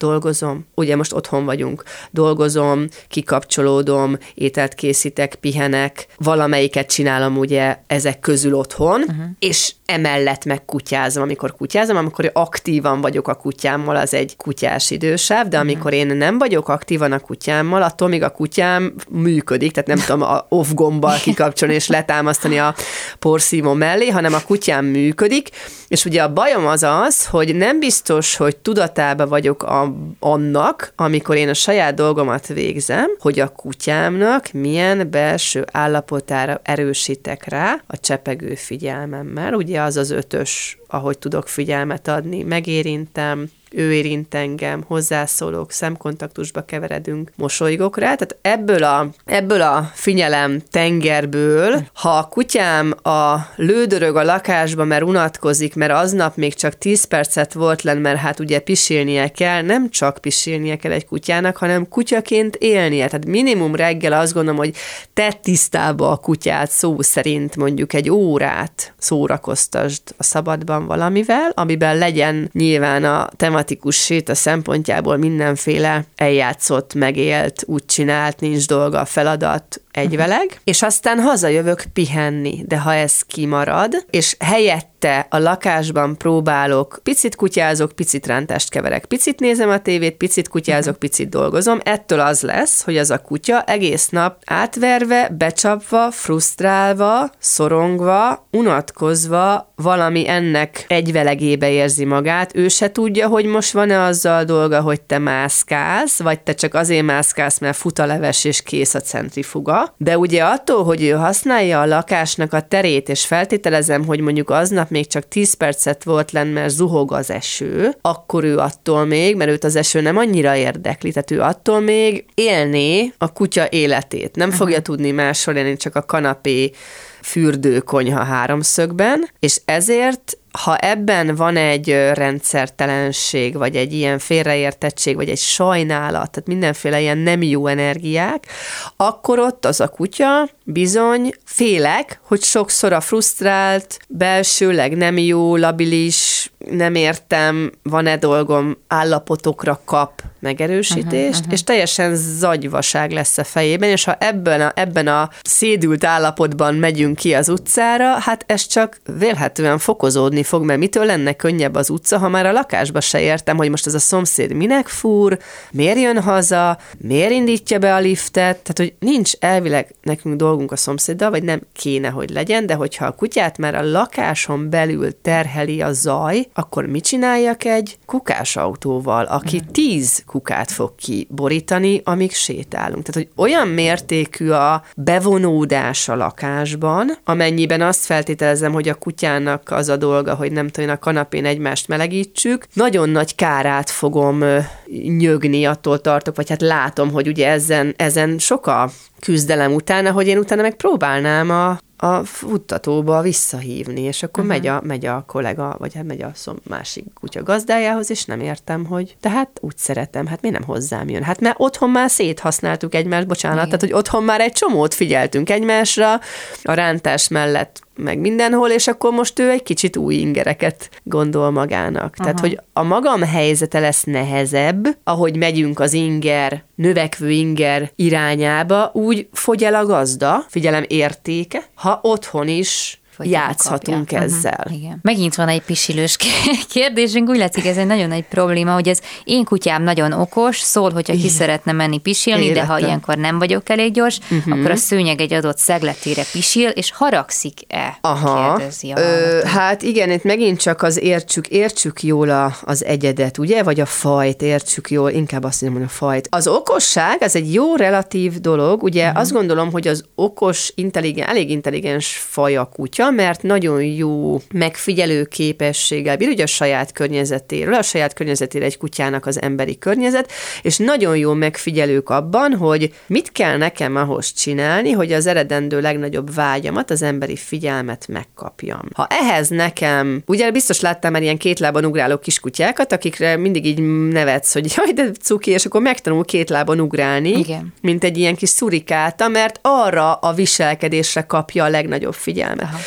dolgozom. Ugye most otthon vagyunk. Dolgozom, kikapcsolódom, ételt készítek, pihenek, valamelyiket csinálom ugye ezek közül otthon, uh-huh. és emellett meg kutyázom, amikor kutyázom, amikor aktívan vagyok a kutyámmal, az egy kutyás idősáv, de amikor én nem vagyok aktívan a kutyámmal, attól még a kutyám működik, tehát nem tudom a off gombbal kikapcsolni és letámasztani a porszívó mellé, hanem a kutyám működik, és ugye a bajom az az, hogy nem biztos, hogy tudatában vagyok a, annak, amikor én a saját dolgomat végzem, hogy a kutyámnak milyen belső állapotára erősítek rá a csepegő figyelmemmel. Ugye az az ötös, ahogy tudok figyelmet adni, megérintem, ő érint engem, hozzászólok, szemkontaktusba keveredünk, mosolygok rá. Tehát ebből a, ebből a figyelem tengerből, ha a kutyám a lődörög a lakásba, mert unatkozik, mert aznap még csak tíz percet volt lenn, mert hát ugye pisilnie kell, nem csak pisilnie kell egy kutyának, hanem kutyaként élnie. Tehát minimum reggel azt gondolom, hogy tedd tisztába a kutyát szó szerint mondjuk egy órát szórakoztasd a szabadban valamivel, amiben legyen nyilván a tematikus séta szempontjából mindenféle eljátszott, megélt, úgy csinált, nincs dolga, feladat, egyveleg, és aztán hazajövök pihenni, de ha ez kimarad, és helyette a lakásban próbálok, picit kutyázok, picit rántást keverek, picit nézem a tévét, picit kutyázok, picit dolgozom, ettől az lesz, hogy az a kutya egész nap átverve, becsapva, frusztrálva, szorongva, unatkozva valami ennek egyvelegébe érzi magát, ő se tudja, hogy most van-e azzal dolga, hogy te mászkálsz, vagy te csak azért mászkálsz, mert fut a leves és kész a centrifuga. De ugye attól, hogy ő használja a lakásnak a terét, és feltételezem, hogy mondjuk aznap még csak tíz percet volt lenn, mert zuhog az eső, akkor ő attól még, mert őt az eső nem annyira érdekli, tehát ő attól még élné a kutya életét. Nem fogja tudni máshol élni, csak a kanapé, fürdő, konyha háromszögben, és ezért ha ebben van egy rendszertelenség, vagy egy ilyen félreértettség, vagy egy sajnálat, tehát mindenféle ilyen nem jó energiák, akkor ott az a kutya bizony félek, hogy sokszor a frusztrált, belsőleg nem jó, labilis, nem értem, van-e dolgom állapotokra kap megerősítést, uh-huh, uh-huh. és teljesen zagyvaság lesz a fejében, és ha ebben a, ebben a szédült állapotban megyünk ki az utcára, hát ez csak vélhetően fokozódni fog, mert mitől lenne könnyebb az utca, ha már a lakásba se értem, hogy most ez a szomszéd minek fúr, miért jön haza, miért indítja be a liftet, tehát hogy nincs elvileg nekünk dolgunk a szomszéddal, vagy nem kéne, hogy legyen, de hogyha a kutyát már a lakáson belül terheli a zaj, akkor mit csináljak egy kukás autóval, aki mm. tíz kukát fog kiborítani, amíg sétálunk. Tehát, hogy olyan mértékű a bevonódás a lakásban, amennyiben azt feltételezem, hogy a kutyának az a dolga, hogy nem tudom, a kanapén egymást melegítsük, nagyon nagy kárát fogom nyögni, attól tartok, vagy hát látom, hogy ugye ezen, ezen sok a küzdelem utána, hogy én utána meg próbálnám a a futtatóba visszahívni, és akkor uh-huh. megy, a, megy a kollega, vagy hát megy a szom, másik kutya gazdájához, és nem értem, hogy de hát úgy szeretem, hát miért nem hozzám jön? Hát mert otthon már széthasználtuk egymást, bocsánat, igen. Tehát, hogy otthon már egy csomót figyeltünk egymásra, a rántás mellett meg mindenhol, és akkor most ő egy kicsit új ingereket gondol magának. Aha. Tehát, hogy a magam helyzete lesz nehezebb, ahogy megyünk az inger, növekvő inger irányába, úgy fogy el a gazda, figyelem értéke, ha otthon is játszhatunk kapja. Ezzel. Uh-huh. Igen. Megint van egy pisilős kérdésünk, úgy látszik, ez egy nagyon nagy probléma, hogy ez én kutyám nagyon okos, szól, hogyha ki szeretne menni pisilni, Életem. De ha ilyenkor nem vagyok elég gyors, uh-huh. akkor a szőnyeg egy adott szegletére pisil, és haragszik-e? Aha. Kérdezi a Ö, hát igen, itt megint csak az értsük, értsük jól a, az egyedet, ugye? Vagy a fajt, értsük jól, inkább azt mondom, hogy a fajt. Az okosság, az egy jó relatív dolog, ugye uh-huh. azt gondolom, hogy az okos, intelligens, elég intelligens faj a kutya, mert nagyon jó megfigyelő képességgel bír, ugye a saját környezetéről, a saját környezetére egy kutyának az emberi környezet, és nagyon jó megfigyelők abban, hogy mit kell nekem ahhoz csinálni, hogy az eredendő legnagyobb vágyamat, az emberi figyelmet megkapjam. Ha ehhez nekem, ugye biztos láttam már ilyen két lábon ugráló kiskutyákat, akikre mindig így nevetsz, hogy jaj, de cuki, és akkor megtanul két lábon ugrálni, igen. mint egy ilyen kis szurikáta, mert arra a viselkedésre kapja a legnagyobb figyelmet. Aha.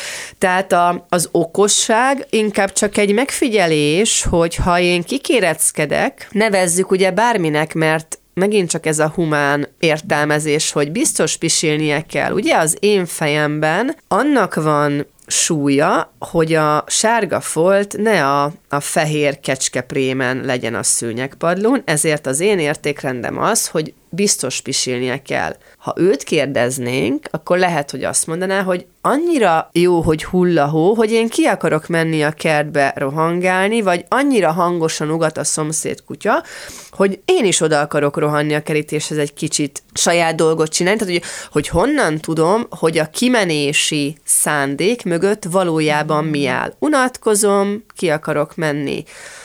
Tehát a, az okosság inkább csak egy megfigyelés, hogy ha én kikéreckedek, nevezzük ugye bárminek, mert megint csak ez a humán értelmezés, hogy biztos pisilnie kell. Ugye az én fejemben annak van súlya, hogy a sárga folt ne a, a fehér kecskeprémen legyen a szőnyegpadlón, ezért az én értékrendem az, hogy biztos pisilnie kell. Ha őt kérdeznénk, akkor lehet, hogy azt mondaná, hogy annyira jó, hogy hullahó, hogy én ki akarok menni a kertbe rohangálni, vagy annyira hangosan ugat a szomszéd kutya, hogy én is oda akarok rohanni a kerítéshez egy kicsit saját dolgot csinálni. Tehát, hogy, hogy honnan tudom, hogy a kimenési szándék mögött valójában mi áll. Unatkozom, ki akarok menni.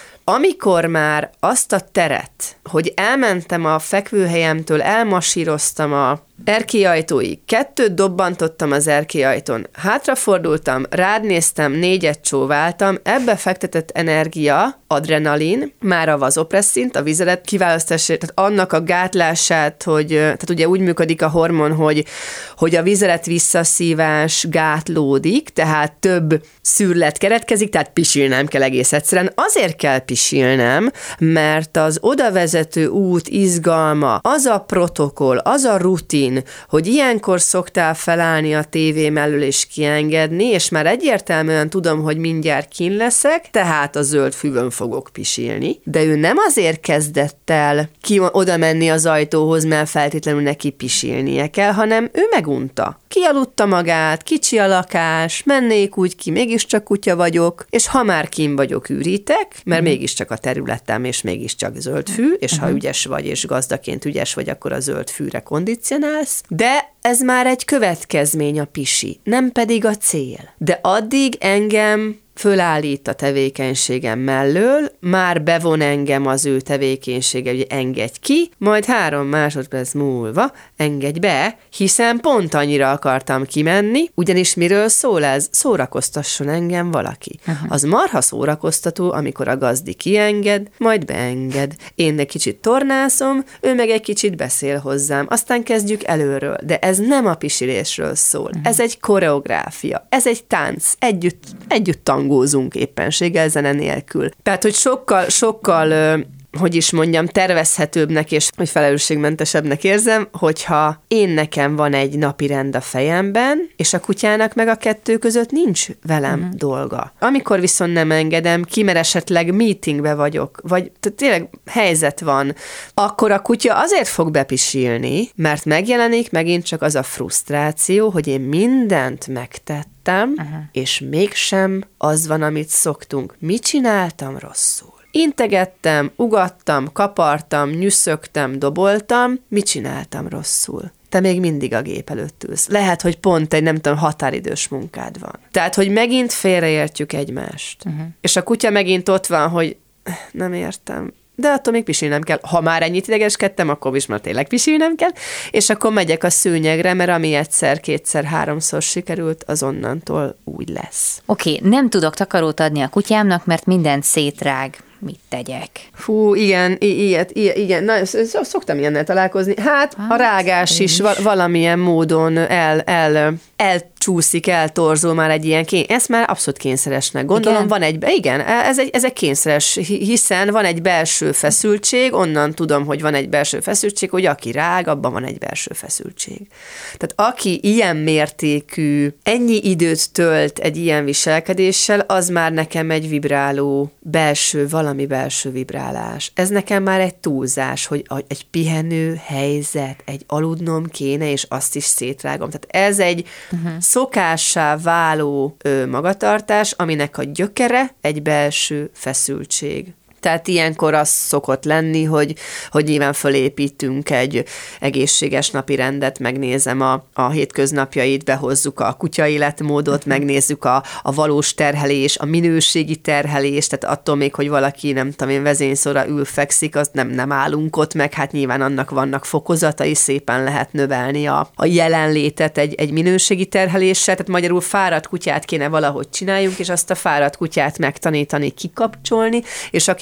Amikor már azt a teret, hogy elmentem a fekvőhelyemtől, elmasíroztam a erkélyajtóig, kettőt dobbantottam az erkélyajtón, hátrafordultam, rád néztem, négyet csóváltam, ebbe fektetett energia, adrenalin, már a vazopresszint, a vizelet kiválasztását, tehát annak a gátlását, hogy, tehát ugye úgy működik a hormon, hogy, hogy a vizelet visszaszívás gátlódik, tehát több szűrlet keretkezik, tehát pisilnem kell egész egyszerűen. Azért kell pisilnem, mert az odavezető út izgalma, az a protokoll, az a rutin, hogy ilyenkor szoktál felállni a tévé mellől és kiengedni, és már egyértelműen tudom, hogy mindjárt kín leszek, tehát a zöld füvön fogok pisilni. De ő nem azért kezdett el ki oda menni az ajtóhoz, mert feltétlenül neki pisilnie kell, hanem ő megunta. Kialudta magát, kicsi a lakás, mennék úgy ki, mégiscsak kutya vagyok, és ha már kín vagyok, ürítek, mert mm. mégiscsak a területem, és mégiscsak zöld fű, és mm-hmm. ha ügyes vagy, és gazdaként ügyes vagy, akkor a zöld fűre kondicionálsz. De ez már egy következmény a pisi, nem pedig a cél. De addig engem fölállít a tevékenységem mellől, már bevon engem az ő tevékenysége, hogy engedj ki, majd három másodperc múlva engedj be, hiszen pont annyira akartam kimenni, ugyanis miről szól ez? Szórakoztasson engem valaki. Aha. Az marha szórakoztató, amikor a gazdi kienged, majd beenged. Én egy kicsit tornászom, ő meg egy kicsit beszél hozzám, aztán kezdjük előről, de ez nem a pisilésről szól. Aha. Ez egy koreográfia, ez egy tánc, együtt, együtt tangózunk éppenséggel zene nélkül. Tehát, hogy sokkal, sokkal, hogy is mondjam, tervezhetőbbnek és hogy felelősségmentesebbnek érzem, hogyha én nekem van egy napirend a fejemben, és a kutyának meg a kettő között nincs velem uh-huh. dolga. Amikor viszont nem engedem ki, mert esetleg meetingbe vagyok, vagy tényleg helyzet van, akkor a kutya azért fog bepisilni, mert megjelenik megint csak az a frusztráció, hogy én mindent megtettem, uh-huh. és mégsem az van, amit szoktunk. Mit csináltam rosszul? Integettem, ugattam, kapartam, nyüszögtem, doboltam, mit csináltam rosszul? Te még mindig a gép előtt ülsz. Lehet, hogy pont egy, nem tudom, határidős munkád van. Tehát, hogy megint félreértjük egymást. Uh-huh. És a kutya megint ott van, hogy nem értem, de attól még pisilnem kell. Ha már ennyit idegeskedtem, akkor is már tényleg pisilnem kell, és akkor megyek a szőnyegre, mert ami egyszer, kétszer, háromszor sikerült, az onnantól úgy lesz. Oké, okay, nem tudok takarót adni a kutyámnak, mert mindent szétrág. Mit tegyek? Fú, igen, i- ilyet, i- igen, na, szoktam ilyennel találkozni. Hát, hát a rágás is, is valamilyen módon el, el, elcsúszik, eltorzul már egy ilyen kény. Ezt már abszolút kényszeresnek gondolom. Igen? Van egy, igen, ez egy, ez egy kényszeres, hiszen van egy belső feszültség, onnan tudom, hogy van egy belső feszültség, hogy aki rág, abban van egy belső feszültség. Tehát aki ilyen mértékű, ennyi időt tölt egy ilyen viselkedéssel, az már nekem egy vibráló belső valami valami belső vibrálás. Ez nekem már egy túlzás, hogy egy pihenő helyzet, egy aludnom kéne, és azt is szétrágom. Tehát ez egy uh-huh. szokássá váló ö, magatartás, aminek a gyökere egy belső feszültség. Tehát ilyenkor az szokott lenni, hogy, hogy nyilván fölépítünk egy egészséges napi rendet, megnézem a, a hétköznapjait, behozzuk a kutya életmódot, megnézzük a, a valós terhelés, a minőségi terhelés, tehát attól még, hogy valaki, nem tudom én, vezényszóra ül, fekszik, azt nem, nem állunk ott meg, hát nyilván annak vannak fokozatai, szépen lehet növelni a, a jelenlétet egy, egy minőségi terheléssel, tehát magyarul fáradt kutyát kéne valahogy csináljunk, és azt a fáradt kutyát megtanítani, kikapcsolni, és aki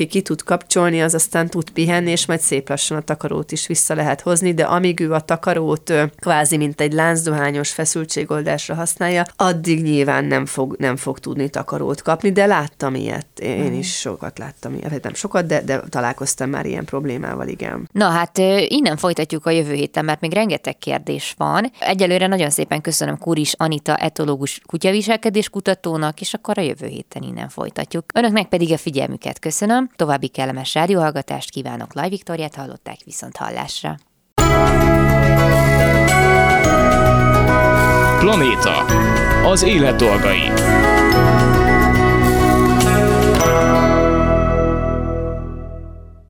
ki tud kapcsolni, az aztán tud pihenni, és majd szép lassan a takarót is vissza lehet hozni, de amíg ő a takarót kvázi mint egy láncdohányos feszültségoldásra használja, addig nyilván nem fog, nem fog tudni takarót kapni, de láttam ilyet. Én is sokat láttam ilyet. Nem sokat, de, de találkoztam már ilyen problémával, igen. Na hát innen folytatjuk a jövő héten, mert még rengeteg kérdés van. Egyelőre nagyon szépen köszönöm Kuris Anita etológus kutyaviselkedés kutatónak, és akkor a jövő héten innen folytatjuk. Önöknek pedig a figyelmüket köszönöm. További kellemes rádióhallgatást kívánok. Laj Viktóriát hallották, viszont hallásra. Planéta. Az élet dolgai.